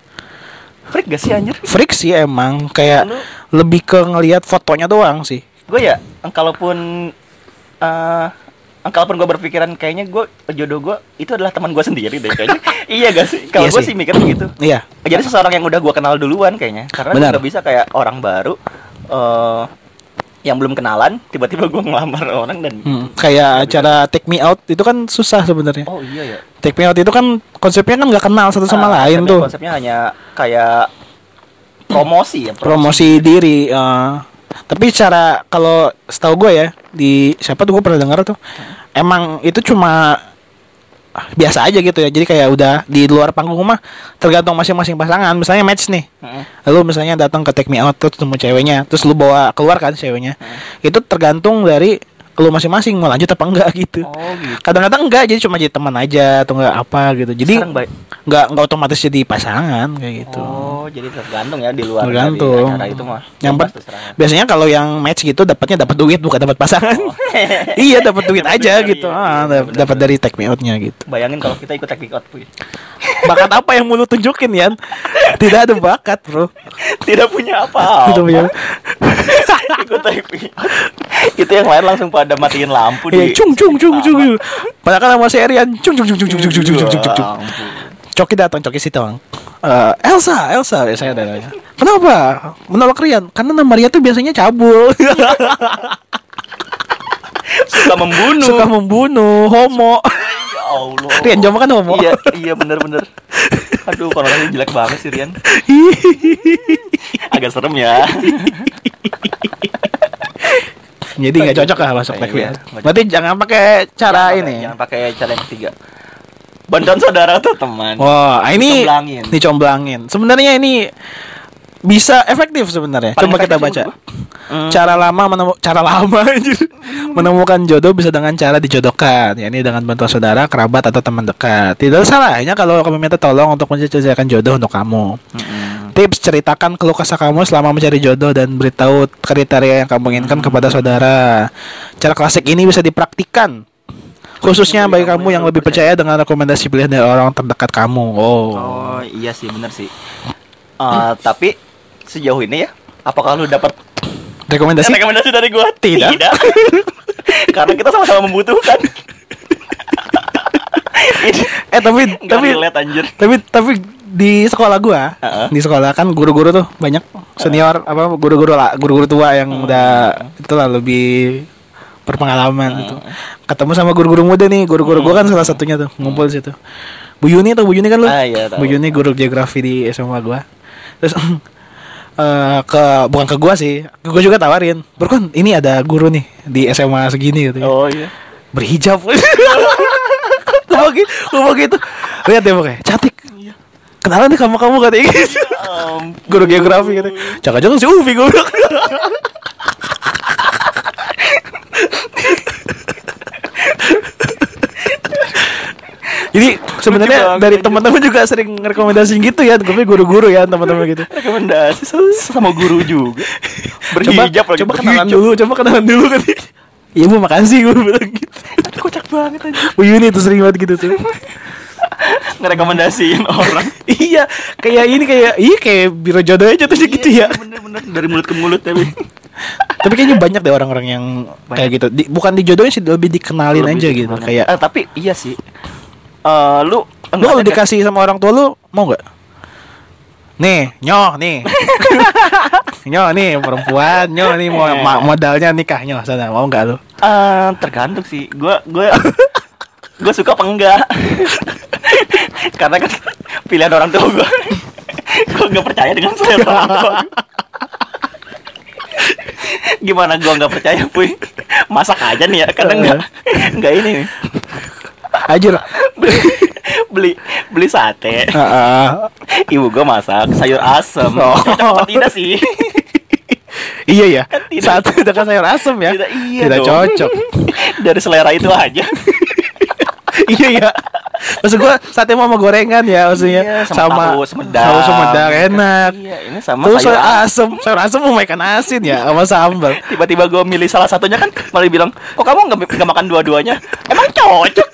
Freak gak sih anjir? Freak sih emang kayak Lu- lebih ke ngelihat fotonya doang sih. Gue ya, kalaupun eh kalaupun gue berpikiran kayaknya gue jodoh gue itu adalah teman gue sendiri deh kayaknya. Iya gak sih? Kalau Iya gue sih. sih mikirnya gitu. Iya. Jadi seseorang yang udah gue kenal duluan kayaknya. Karena Benar. gak bisa kayak orang baru eh yang belum kenalan tiba-tiba gue ngelamar orang dan Hmm, kayak acara take me out itu kan susah sebenarnya. oh iya ya. Take me out itu kan konsepnya kan nggak kenal satu sama Ah, lain konsepnya- tuh. Konsepnya hanya kayak promosi ya. Promosi diri. eh. Tapi cara kalau setahu gue ya di siapa tuh gue pernah dengar tuh emang itu cuma ah, biasa aja gitu ya. Jadi kayak udah di luar panggung mah tergantung masing-masing pasangan. Misalnya match nih. Heeh. Lalu misalnya datang ke take me out terus ketemu ceweknya, terus lu bawa keluar kan ceweknya. Itu tergantung dari lu masing-masing mau lanjut apa enggak gitu. Oh gitu. Kadang-kadang enggak, jadi cuma jadi teman aja atau enggak apa gitu. Jadi Sekarang baik. enggak enggak otomatis jadi pasangan kayak gitu. Oh, jadi tergantung ya di luar Tergantung. dari acara itu mah. Yang Bebas pet- terserah. biasanya kalau yang match gitu dapatnya dapat duit bukan dapat pasangan. Iya, dapat duit Dapat aja duit, gitu. iya, Ah, iya, dap- benar, dapat benar. dari take me out-nya gitu. Bayangin kalau kita ikut teknik out, Puy. Bakat apa yang mau lu tunjukin, Yan? Tidak ada bakat, Bro. Tidak punya apa-apa. Itu ya. Ikut teknik out. Itu yang lain langsung pada matiin lampu Iya, di. cung cung cung cung. Padahal kan sama si Erian, cung cung cung cung cung cung cung cung cung cung. Ya ampun. Coki datang, Coki situ, Bang. Eh, Elsa, Elsa, ya, saya ada nanya. Kenapa menolak Rian? Karena nama Rian tuh biasanya cabul. Suka membunuh. Suka membunuh, homo. Ya Allah. Rian Jombang kan homo. Iya, iya benar-benar. Aduh, konotasinya jelek banget sih Rian. Agak serem ya. Jadi nggak cocok lah masuk Iya, Blackpink. iya. Berarti jangan pakai cara Jangan ini. pakai- Jangan pakai cara yang ketiga. Bantuan saudara tuh teman. Wah, ini Dicomblangin. dicomblangin. Sebenarnya ini bisa efektif sebenarnya. Paling Coba kita efektif baca. menurut Hmm. Cara lama menemu cara lama anjir. Menemukan jodoh bisa dengan cara dijodohkan, yakni dengan bantuan saudara, kerabat atau teman dekat. Tidak ada salahnya kalau kamu minta tolong untuk mencari jodoh untuk kamu. Mm-mm. Tips: ceritakan keluh kesah kamu selama mencari jodoh dan beritahu kriteria yang kamu inginkan kepada saudara. Cara klasik ini bisa dipraktikkan khususnya bagi kamu yang lebih percaya dengan rekomendasi pilihan dari orang terdekat kamu. Oh. Oh iya sih benar sih. Eh, tapi sejauh ini ya, apakah lu dapat Rekomendasi? rekomendasi dari gua? Tidak. Karena kita sama-sama membutuhkan. Ini- Eh tapi Nggak tapi relate, anjir. tapi tapi di sekolah gua, Heeh. di sekolah kan guru-guru tuh banyak senior apa guru-guru lah, guru-guru tua yang udah itulah lebih berpengalaman gitu. Ketemu sama guru-guru muda nih, guru-guru gua kan salah satunya tuh ngumpul di situ. Bu Yuni tuh, Bu Yuni kan lu? Ah, iya, tahu. Bu Yuni guru geografi di S M A gua. Terus eh, ke bukan ke gua sih, ke gua juga tawarin. Bro kan ini ada guru nih di S M A segini gitu. Oh iya. Berhijab. Gue bagi, gue bagi itu. Lihat deh pokoknya, cantik. Kenalan nih kamu kamu katanya gitu. Um, Guru geografi gitu. Jangan-jangan si Ufi gue bilang. Jadi sebenarnya banget, dari anjir. teman-teman juga sering rekomendasi gitu ya, gue guru-guru ya teman-teman gitu. rekomendasi sama guru juga. Coba, Berhijab lagi. coba kenalan berhijab. dulu, coba kenalan dulu katanya. Iya bu makasih gue bilang gitu. Aduh, kocak banget aja. Bu Yuni tuh sering banget gitu tuh. Ngerekomendasiin orang. Iya, kayak ini kayak iya kayak biro jodoh aja tuh gitu ya. Bener-bener dari mulut ke mulut tapi. Tapi kayaknya banyak deh orang-orang yang kayak gitu. Di, bukan dijodohin sih, lebih dikenalin Lebih aja dikenalin. gitu. Kayak Eh, tapi iya sih. Eh lu lu kalau dikasih sama orang tua lu mau nggak? Nih, nyoh nih. Nyoh nih perempuan, nyoh nih mau ma- modalnya nikah nyoh sana. Mau nggak lu? Eh, tergantung sih. Gua gua gua suka apa enggak. Karena kan pilihan orang tua gua. Gua enggak percaya dengan selera orang tua. Gimana gua enggak percaya, Puy? Masak aja nih ya, kadang enggak enggak ini nih. Anjir. Beli beli beli sate. Heeh. Ibu gua masak sayur asem. Oh. Cocok apa tidak sih? Iya ya. Tidak. Saat dengan sayur asem ya. Tidak, iya Tidak dong. cocok. Dari selera itu aja. Iya ya. Maksud gua sate mau sama gorengan ya maksudnya Iya, sama sama tahu Sumedang. tahu Sumedang enak. Iya, ini sama Terus sayur sayur asem. asem, sayur asem mau ikan asin ya sama sambal. Tiba-tiba gue milih salah satunya kan malah bilang, kok kamu nggak nggak makan dua-duanya? Emang cocok?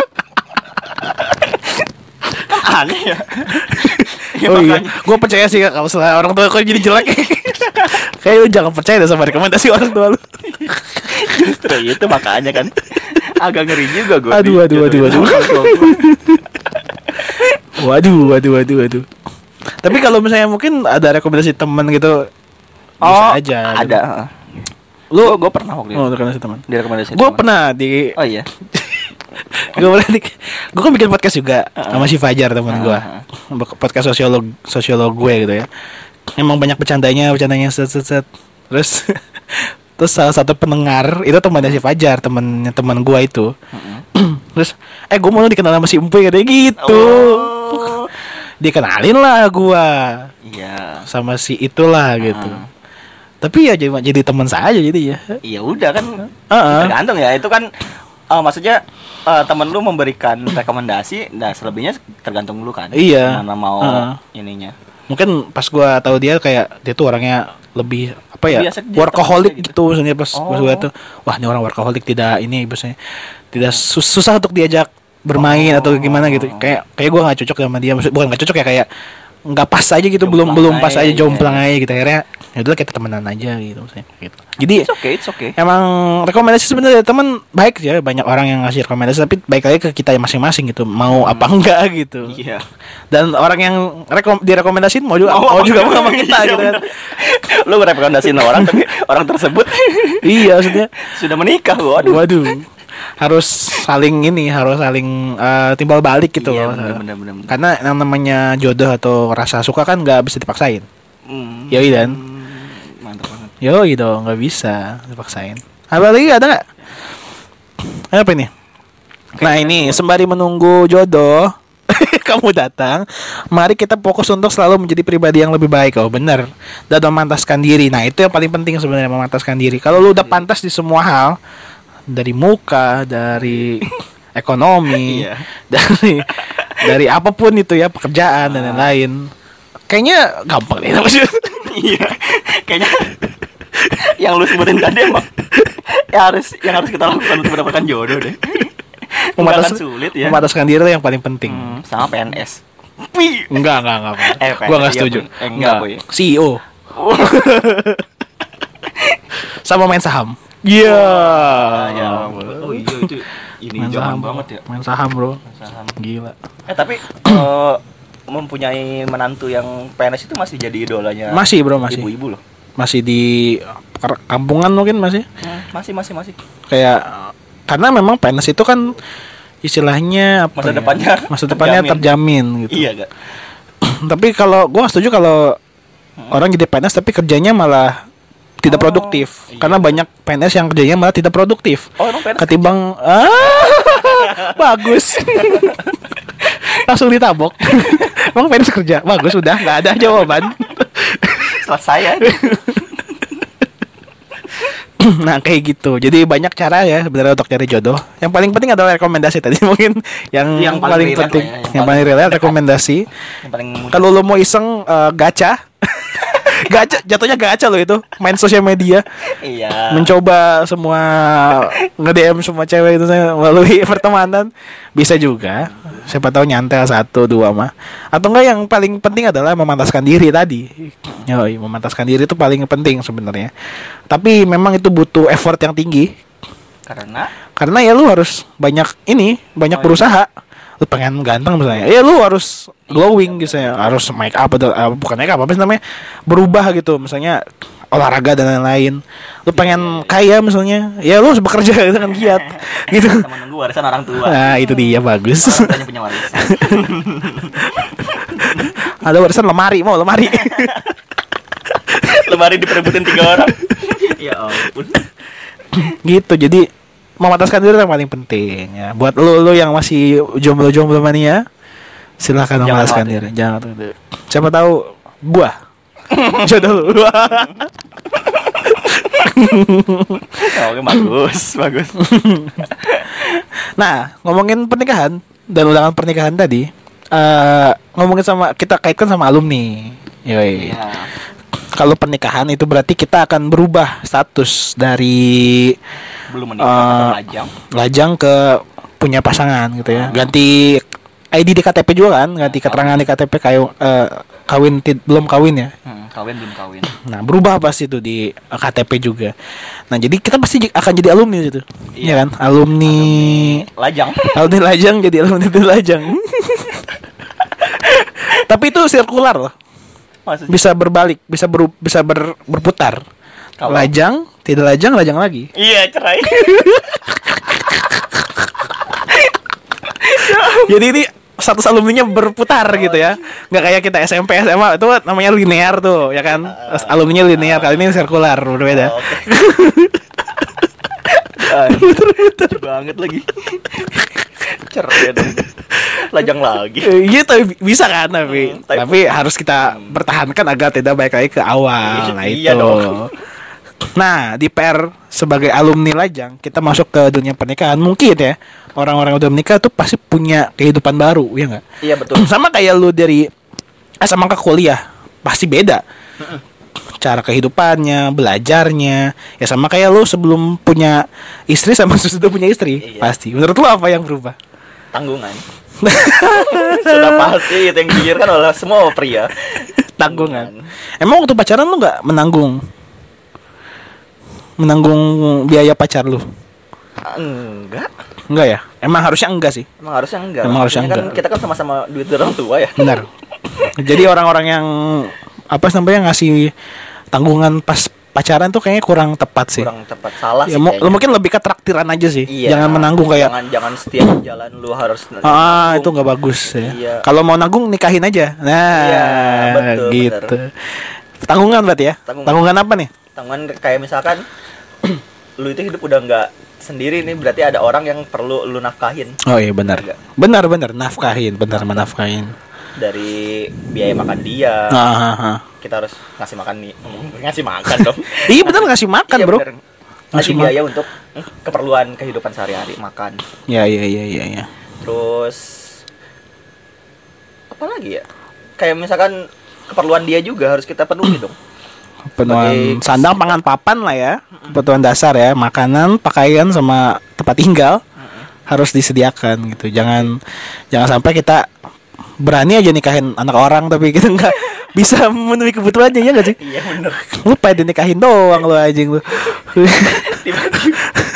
Kan aneh ya. Ya, Oh iya, makanya. gue percaya sih kalau selera orang tua kok jadi jelek. Kayak lu jangan percaya deh sama rekomendasi orang tua lu. Justru itu makanya kan agak ngeri juga gue. Aduh, aduh, aduh, aduh. Waduh, waduh, waduh, waduh. Tapi kalau misalnya mungkin ada rekomendasi teman gitu, bisa Oh, aja. ada. Lu gue pernah waktu Oh, itu. rekomendasi teman. Direkomendasi. Gue pernah di, Oh iya. gue pernah di, gue kan bikin podcast juga sama si Fajar teman gue, podcast sosiolog, sosiolog gue gitu ya. Emang banyak bercandanya, bercandanya set set set. Terus, terus salah satu pendengar itu temannya si Fajar, temennya teman gue itu. Terus, eh gue mau dikenal sama si Empuy katanya gitu. Oh. Dikenalin lah gue Iya. sama si itulah gitu. Tapi ya jadi, jadi teman saja jadi ya. Iya udah kan. Heeh. Tergantung ya. Itu kan eh, maksudnya eh, temen lu memberikan rekomendasi, nah selebihnya tergantung lu kan. Iya. Mana mau Heeh. ininya. Mungkin pas gua tahu dia kayak dia tuh orangnya lebih apa ya, Biasa dia workaholic gitu. gitu maksudnya pas Oh. pas gua tuh wah ini orang workaholic, tidak ini biasanya tidak sus- susah untuk diajak bermain atau gimana gitu. Kayak kayak gua nggak cocok sama dia. Maksud bukan nggak cocok ya, kayak nggak pas aja gitu, belum Jomplang belum pas aja, aja, iya. jomplang aja gitu. Akhirnya ya udah kita temenan aja gitu maksudnya gitu. Jadi It's okay, it's okay. emang rekomendasi sebenarnya teman baik ya, banyak orang yang ngasih rekomendasi, tapi baik lagi ke kita masing-masing gitu, mau apa enggak gitu. Iya. Dan orang yang rekom direkomendasiin mau juga mau, apa juga enggak? mau sama kita Iya, gitu kan. bener. Lu rekomendasiin orang tapi orang tersebut Iya maksudnya sudah menikah, waduh. waduh. harus saling ini, harus saling uh, timbal balik gitu Iya, loh. bener, bener, bener, bener. Karena yang namanya jodoh atau rasa suka kan nggak bisa dipaksain. Hmm. Yoi dan. Mantap banget. Yoi dong, nggak bisa dipaksain. Apa lagi ada nggak? Apa ini? Nah ini sembari menunggu jodoh kamu datang, mari kita fokus untuk selalu menjadi pribadi yang lebih baik. Oh benar. Dan memantaskan diri. Nah itu yang paling penting sebenarnya, memantaskan diri. Kalau lu udah pantas di semua hal, dari muka, dari ekonomi, Iya. dari dari apapun itu ya, pekerjaan dan lain-lain, kayaknya gampang nih. Iya. Kayaknya yang lu sebutin tadi emang ya harus yang harus kita lakukan untuk mendapatkan jodoh deh. Mematas, Nggak akan sulit ya. Memataskan diri itu yang paling penting. Hmm, sama P N S. Enggak, enggak, enggak. Eh, Gua enggak iya, setuju. eh, enggak, Boy. C E O. Sama main saham. Iya. Ya, oh iya itu ini Main zaman saham banget ya. Main saham, Bro. Saham. Gila. Eh tapi eh, mempunyai menantu yang P N S itu masih jadi idolanya. Masih, Bro, masih. Ibu-ibu loh. Masih di kampungan mungkin masih. Hmm, masih masih masih. Kayak karena memang P N S itu kan istilahnya apa Masa ya? depannya masa depannya terjamin, terjamin. gitu. Iya gak? Tapi kalau gua nggak setuju kalau Hmm. orang jadi P N S tapi kerjanya malah tidak Oh, produktif. iya. Karena banyak P N S yang kerjanya malah tidak produktif. Oh, emang P N S Ketimbang ah, bagus. Langsung ditabok. Emang P N S kerja? Bagus udah, nggak ada jawaban. selesai ya. Nah kayak gitu. Jadi banyak cara ya sebenarnya untuk cari jodoh. Yang paling penting adalah rekomendasi tadi mungkin yang, Yang paling paling, relate penting, lah ya, yang yang paling paling- relate rekomendasi. Yang paling mudah. Kalau lo mau iseng uh, gacha, gacha jatuhnya gacha lo itu, main sosial media, Iya. mencoba semua nge-D M semua cewek itu saya melalui pertemanan bisa juga. Siapa tahu nyantel satu dua mah. Atau enggak yang paling penting adalah memantaskan diri tadi. Yoi, memantaskan diri itu paling penting sebenarnya. Tapi memang itu butuh effort yang tinggi. Karena Karena ya lu harus banyak ini, banyak Oh, iya. berusaha. Lu pengen ganteng misalnya, ya lu harus glowing gitu ya, harus make up atau uh, bukan make up apa sih namanya, berubah gitu, misalnya olahraga dan lain-lain. Lu pengen kaya misalnya, ya lu harus bekerja dengan giat gitu. sama nunggu warisan orang tua. Nah itu dia bagus. Orang tuanya punya warisan. Ada warisan lemari, mau lemari. Lemari diperebutin tiga orang. Ya ampun. Gitu, jadi memataskan diri yang paling penting ya. Buat lu lu yang masih jomblo-jomblo mania, silakan Jangan memataskan khawatir. diri. Jangan khawatir. Siapa tahu gua jodoh lu. Ya, oke bagus, bagus. Nah, ngomongin pernikahan dan undangan pernikahan tadi, eh ngomongin sama kita kaitkan sama alumni. Yoi. Iya. Kalau pernikahan itu berarti kita akan berubah status dari Belum menikah atau Eh, lajang. lajang ke punya pasangan gitu ya. Ganti I D di K T P juga kan, ganti keterangan di K T P kayu eh, kawin tid- belum kawin ya. Hmm, kawin belum kawin. Nah, berubah pasti itu di eh, K T P juga. Nah, jadi kita pasti j- akan jadi alumni gitu. Iya Iya. kan? Alumni Lajang. alumni lajang jadi alumni tidak lajang. Tapi itu sirkular loh. Maksudnya Bisa berbalik, bisa beru- bisa ber- berputar. Kalau- Lajang, tidak lajang, lajang lagi. iya cerai. Jadi ini status alumninya berputar gitu ya. Nggak kayak kita S M P, S M A itu namanya linear tuh, ya kan? Alumninya linear, kali ini sirkular, berbeda. Oke. Lucu banget lagi. Cerai dong. Lajang lagi. Eh, Gitu bisa kan tapi Hmm, tapi- tapi harus kita pertahankan agar tidak balik lagi ke awal. Nah Iya itu. dong. Nah di P R sebagai alumni lajang kita masuk ke dunia pernikahan mungkin ya orang-orang yang udah menikah tuh pasti punya kehidupan baru ya nggak? Iya betul. Sama kayak lu dari S M A ke kuliah pasti beda. Cara kehidupannya, belajarnya, ya sama kayak lu sebelum punya istri sama sesudah punya istri Iya. pasti. Menurut lu apa yang berubah? Tanggungan. Sudah pasti itu yang dipikirkan oleh semua pria. Tanggungan. Emang waktu pacaran lu nggak menanggung menanggung biaya pacar lu? Enggak. Enggak ya? Emang harusnya enggak sih. Emang harusnya enggak. Emang harusnya Maksudnya kan enggak. kita kan sama-sama duit dari orang tua ya. Benar. Jadi orang-orang yang apa sih namanya ngasih tanggungan pas pacaran tuh kayaknya kurang tepat sih. Kurang tepat, salah Ya, sih mu- kayaknya. mungkin lebih ke traktiran aja sih. Iya, Jangan menanggung kayak jangan jangan setiap jalan lu harus ah nanggung. itu nggak bagus ya. Iya. Kalau mau nanggung nikahin aja. Nah, Iya, betul, gitu. Tanggungan berarti ya? Tanggungan. Tanggungan apa nih? Tanggungan kayak misalkan lu itu hidup udah nggak sendiri nih, berarti ada orang yang perlu lu nafkahin. Oh iya benar. Enggak. Benar benar nafkahin, benar menafkahin. Dari biaya makan dia, Ah, ah, ah. kita harus ngasih makan nih, ngasih makan dong. Iya benar ngasih makan, Iya, Bro. bener. Ngasih Ngasih biaya untuk eh, keperluan kehidupan sehari-hari, makan. Ya ya ya ya ya. Terus apa lagi ya? Kayak misalkan keperluan dia juga harus kita penuhi dong. Penuhan Sebagai- sandang, pangan, papan lah ya. Kebutuhan dasar ya, makanan, pakaian sama tempat tinggal harus disediakan gitu. Jangan jangan sampai kita berani aja nikahin anak orang tapi kita nggak bisa memenuhi kebutuhannya, ya nggak sih? Iya bener. Lu pengen dinikahin doang lu anjing lu. Tiba-tiba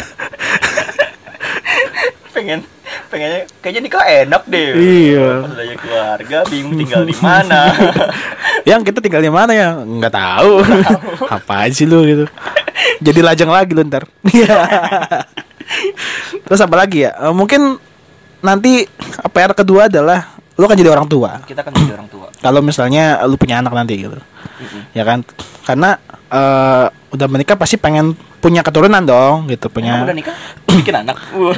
pengen pengennya kayaknya nikah enak deh. Iya. Pas udah jadi keluarga bingung tinggal di mana. Yang kita tinggal di mana ya? Nggak tahu. Apaan sih lu gitu. Jadi lajang lagi lu ntar. Terus apa lagi ya? Eh, mungkin nanti P R kedua adalah lu kan jadi orang tua. Kita kan jadi orang tua. Kalau misalnya lu punya anak nanti gitu. Mm-mm. Ya kan? Karena eh, udah menikah pasti pengen punya keturunan dong gitu, punya. Emang udah nikah bikin anak. Wah.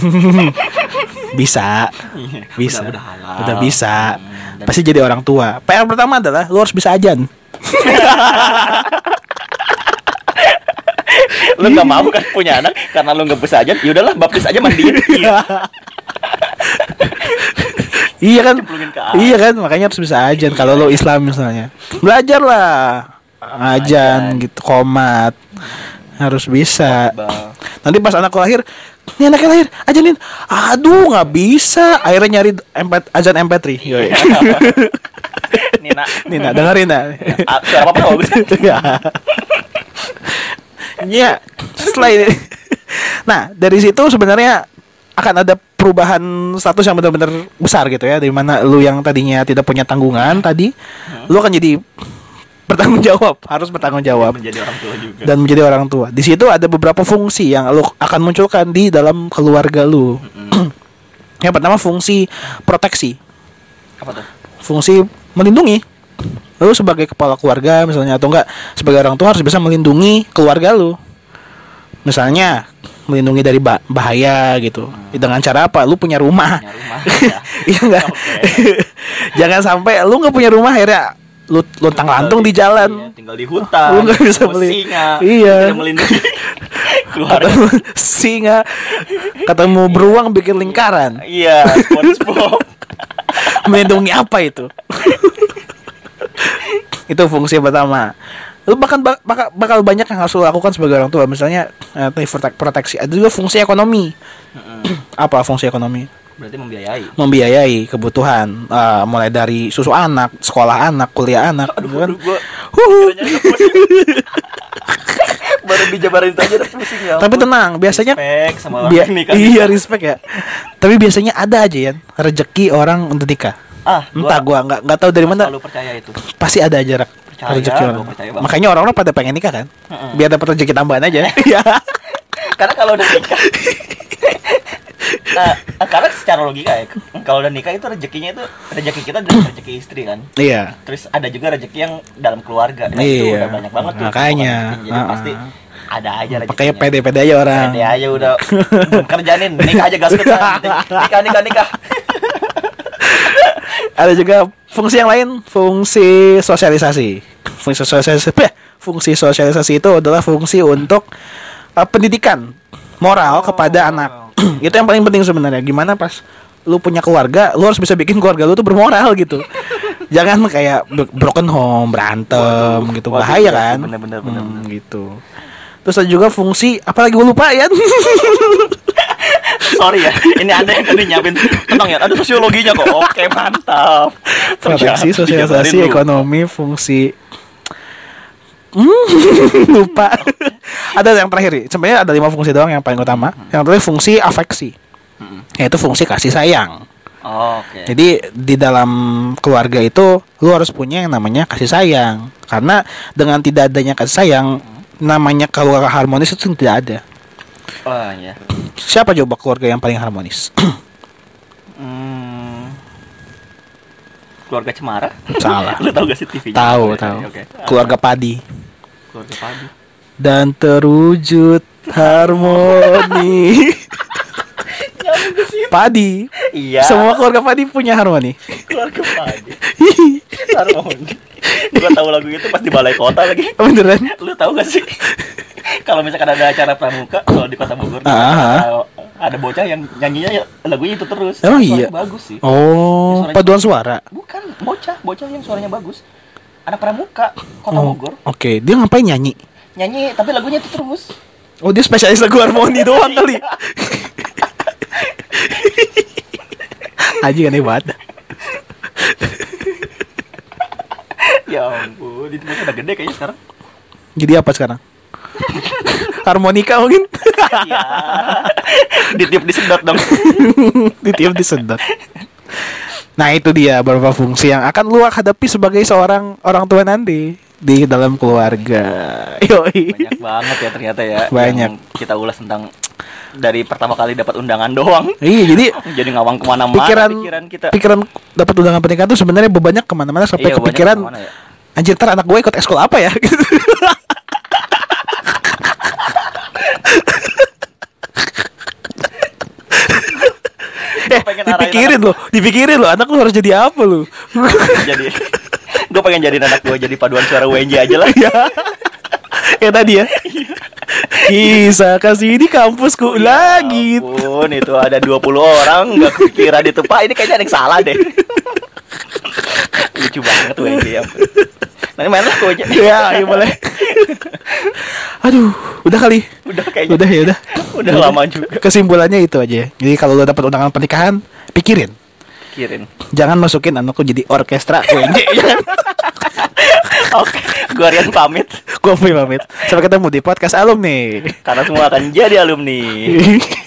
Bisa. Iya, Bisa. udah, udah halal. Udah bisa. Hmm, dan- Pasti jadi orang tua. P R pertama adalah lu harus bisa ajan. Lu nggak mau kan punya anak karena lu nggak bisa aja, ya udahlah baptis aja mandiin. Iya. Iya kan? Cemplungin ke air. Iya kan? Makanya harus bisa ajan kalau lo Islam misalnya. Belajar lah. Ajan gitu, komat. Harus bisa. Bang. Nanti pas anakku lahir, ini anaknya lahir, ajanin. Aduh, nggak bisa. Akhirnya nyari M P, azan M P tiga. Yoi. Nina. Nina, dengerin nak. Ah, suara apa bagus kan? Ya. Iya, setelah ini. Nah, dari situ sebenarnya akan ada perubahan status yang benar-benar besar gitu ya, dari mana lu yang tadinya tidak punya tanggungan tadi, lu akan jadi bertanggung jawab, harus bertanggung jawab Menjadi orang tua juga. dan menjadi orang tua. Di situ ada beberapa fungsi yang lu akan munculkan di dalam keluarga lu. Yang pertama fungsi proteksi, Apa tuh? fungsi melindungi. Lu sebagai kepala keluarga misalnya, atau enggak sebagai orang tua harus bisa melindungi keluarga lu. Misalnya melindungi dari bah- bahaya gitu. Dengan cara apa? Lu punya rumah. Punya rumah. Ya. Iya enggak? Oke. Jangan sampai lu enggak punya rumah akhirnya lu lontang lantung di jalan. Iya, tinggal di hutan. Lu nggak bisa sama beli. singa. Iya. Tidak melindungi keluarga. Ketemu singa, ketemu beruang bikin lingkaran. Iya, SpongeBob. Melindungi apa itu? Itu fungsi pertama. Lu bahkan bak- bakal, bakal banyak yang harus lu lakukan sebagai orang tua. Misalnya eh, tadi protek- proteksi. Ada juga fungsi ekonomi. Apa fungsi ekonomi? Berarti membiayai. Membiayai kebutuhan, eh, mulai dari susu anak, sekolah anak, kuliah anak. Aduh, gitu kan. aduh, gua Huhu. kiranya udah pusing. Baru dijabarin itu aja udah pusing ya. Tapi ampun. tenang, biasanya Respect sama orang Bia- yang nikah. iya respect ya. Tapi biasanya ada aja ya rezeki orang untuk nikah. Ah, Entah gua nggak nggak tahu dari mana. Selalu percaya itu. Pasti ada aja rak- Percaya, rezeki gua orang. percaya banget. Makanya orang-orang pada pengen nikah kan, Mm-mm. biar dapat rezeki tambahan aja. Iya. Karena kalau udah nikah nah, karena secara logika ya, kalau udah nikah itu rezekinya itu rezeki kita dan rezeki istri kan. Iya. Terus ada juga rezeki yang dalam keluarga. Nah, itu Iya. udah banyak banget tuh. Makanya, rezeki. Jadi uh-uh. pasti ada aja rezekinya. Pakai pede-pede aja orang. Pede aja udah belum kerjain, nikah aja gas kita. Nikah nikah nikah. Ada juga fungsi yang lain, fungsi sosialisasi. Fungsi sosialisasi, eh, fungsi sosialisasi itu adalah fungsi untuk uh, pendidikan moral kepada anak. Itu yang paling penting sebenarnya. Gimana pas lu punya keluarga, lu harus bisa bikin keluarga lu tuh bermoral gitu. Jangan kayak bro- broken home, berantem Waduh, gitu, waduh, bahaya iya, kan. bener-bener, Hmm, bener-bener. gitu. Terus ada juga fungsi, apalagi gue lupa ya. Sorry ya, ini Anda yang tadi nyiapin. Tenang ya, ada sosiologinya kok. Oke, mantap. Proteksi, Ternyata sosialisasi, dijabarin lu. ekonomi, fungsi. Hmm, lupa. Ada yang terakhir, sebenarnya ada lima fungsi doang yang paling utama. Yang terakhir fungsi afeksi, yaitu fungsi kasih sayang. Oh, oke. Jadi di dalam keluarga itu lu harus punya yang namanya kasih sayang. Karena dengan tidak adanya kasih sayang, namanya keluarga harmonis itu tidak ada. Wah ya. Siapa coba keluarga yang paling harmonis? Hmm, keluarga Cemara? Salah. Lu tahu gak sih T V-nya? Tahu, Oh, tahu. oke. Keluarga Padi. Keluarga Padi. Dan terwujud harmoni. Padi. Iya. Semua keluarga Padi punya harmoni. Keluarga Padi. Harmoni. Gua tahu lagu itu pas di balai kota lagi. Beneran? Lu tahu gak sih? Kalau misalkan ada acara pramuka kalau di Kota Bogor, Ah. ada, ada bocah yang nyanyinya ya lagunya itu terus. Emang Suaranya iya? bagus sih. Oh, Suaranya- paduan suara. Bukan, bocah, bocah yang suaranya bagus. Anak pramuka Kota Oh, Bogor. Oke, dia ngapain nyanyi? Nyanyi tapi lagunya itu terus. Oh, dia spesialis lagu harmoni doang kali. Aji aneh banget. Ya ampun, itu bocah udah gede kayaknya sekarang. Jadi apa sekarang? Harmonika mungkin? Iya. Ditiup disedot dong. Ditiup disedot. Nah, itu dia beberapa fungsi yang akan lu hadapi sebagai seorang orang tua nanti di dalam keluarga. Yoi. Banyak banget ya ternyata ya. Banyak. Yang kita ulas tentang dari pertama kali dapat undangan doang. Iya, jadi Jadi ngawang kemana-mana pikiran pikiran kita. pikiran dapat undangan pernikahan tuh sebenarnya bebannya kemana-mana sampai Iya, banyak kepikiran kemana ya? anjir ntar anak gue ikut ekskul apa ya? eh, pengen arahin dipikirin loh, dipikirin loh, anak lu harus jadi apa lu? Jadi gue pengen jadi anak gue jadi paduan suara W N J aja lah. Ya, ya tadi ya. Kisah kasih di kampusku lagi. Pun itu ada dua puluh orang nggak kepikiran itu Pak, ini kayaknya ada yang salah deh. Lucu banget W N J ya. Nanti main lah gue aja. Ya, ya boleh. Aduh, udah kali. Udah kayaknya. Udah ya udah. Udah lama juga. Kesimpulannya itu aja. Jadi kalau lo dapat undangan pernikahan, pikirin. Kirin. Jangan masukin anakku jadi orkestra W N J. Jangan. Oke, gue Rian pamit. Gue pamit. Sampai ketemu di podcast alumni. Karena semua akan jadi alumni.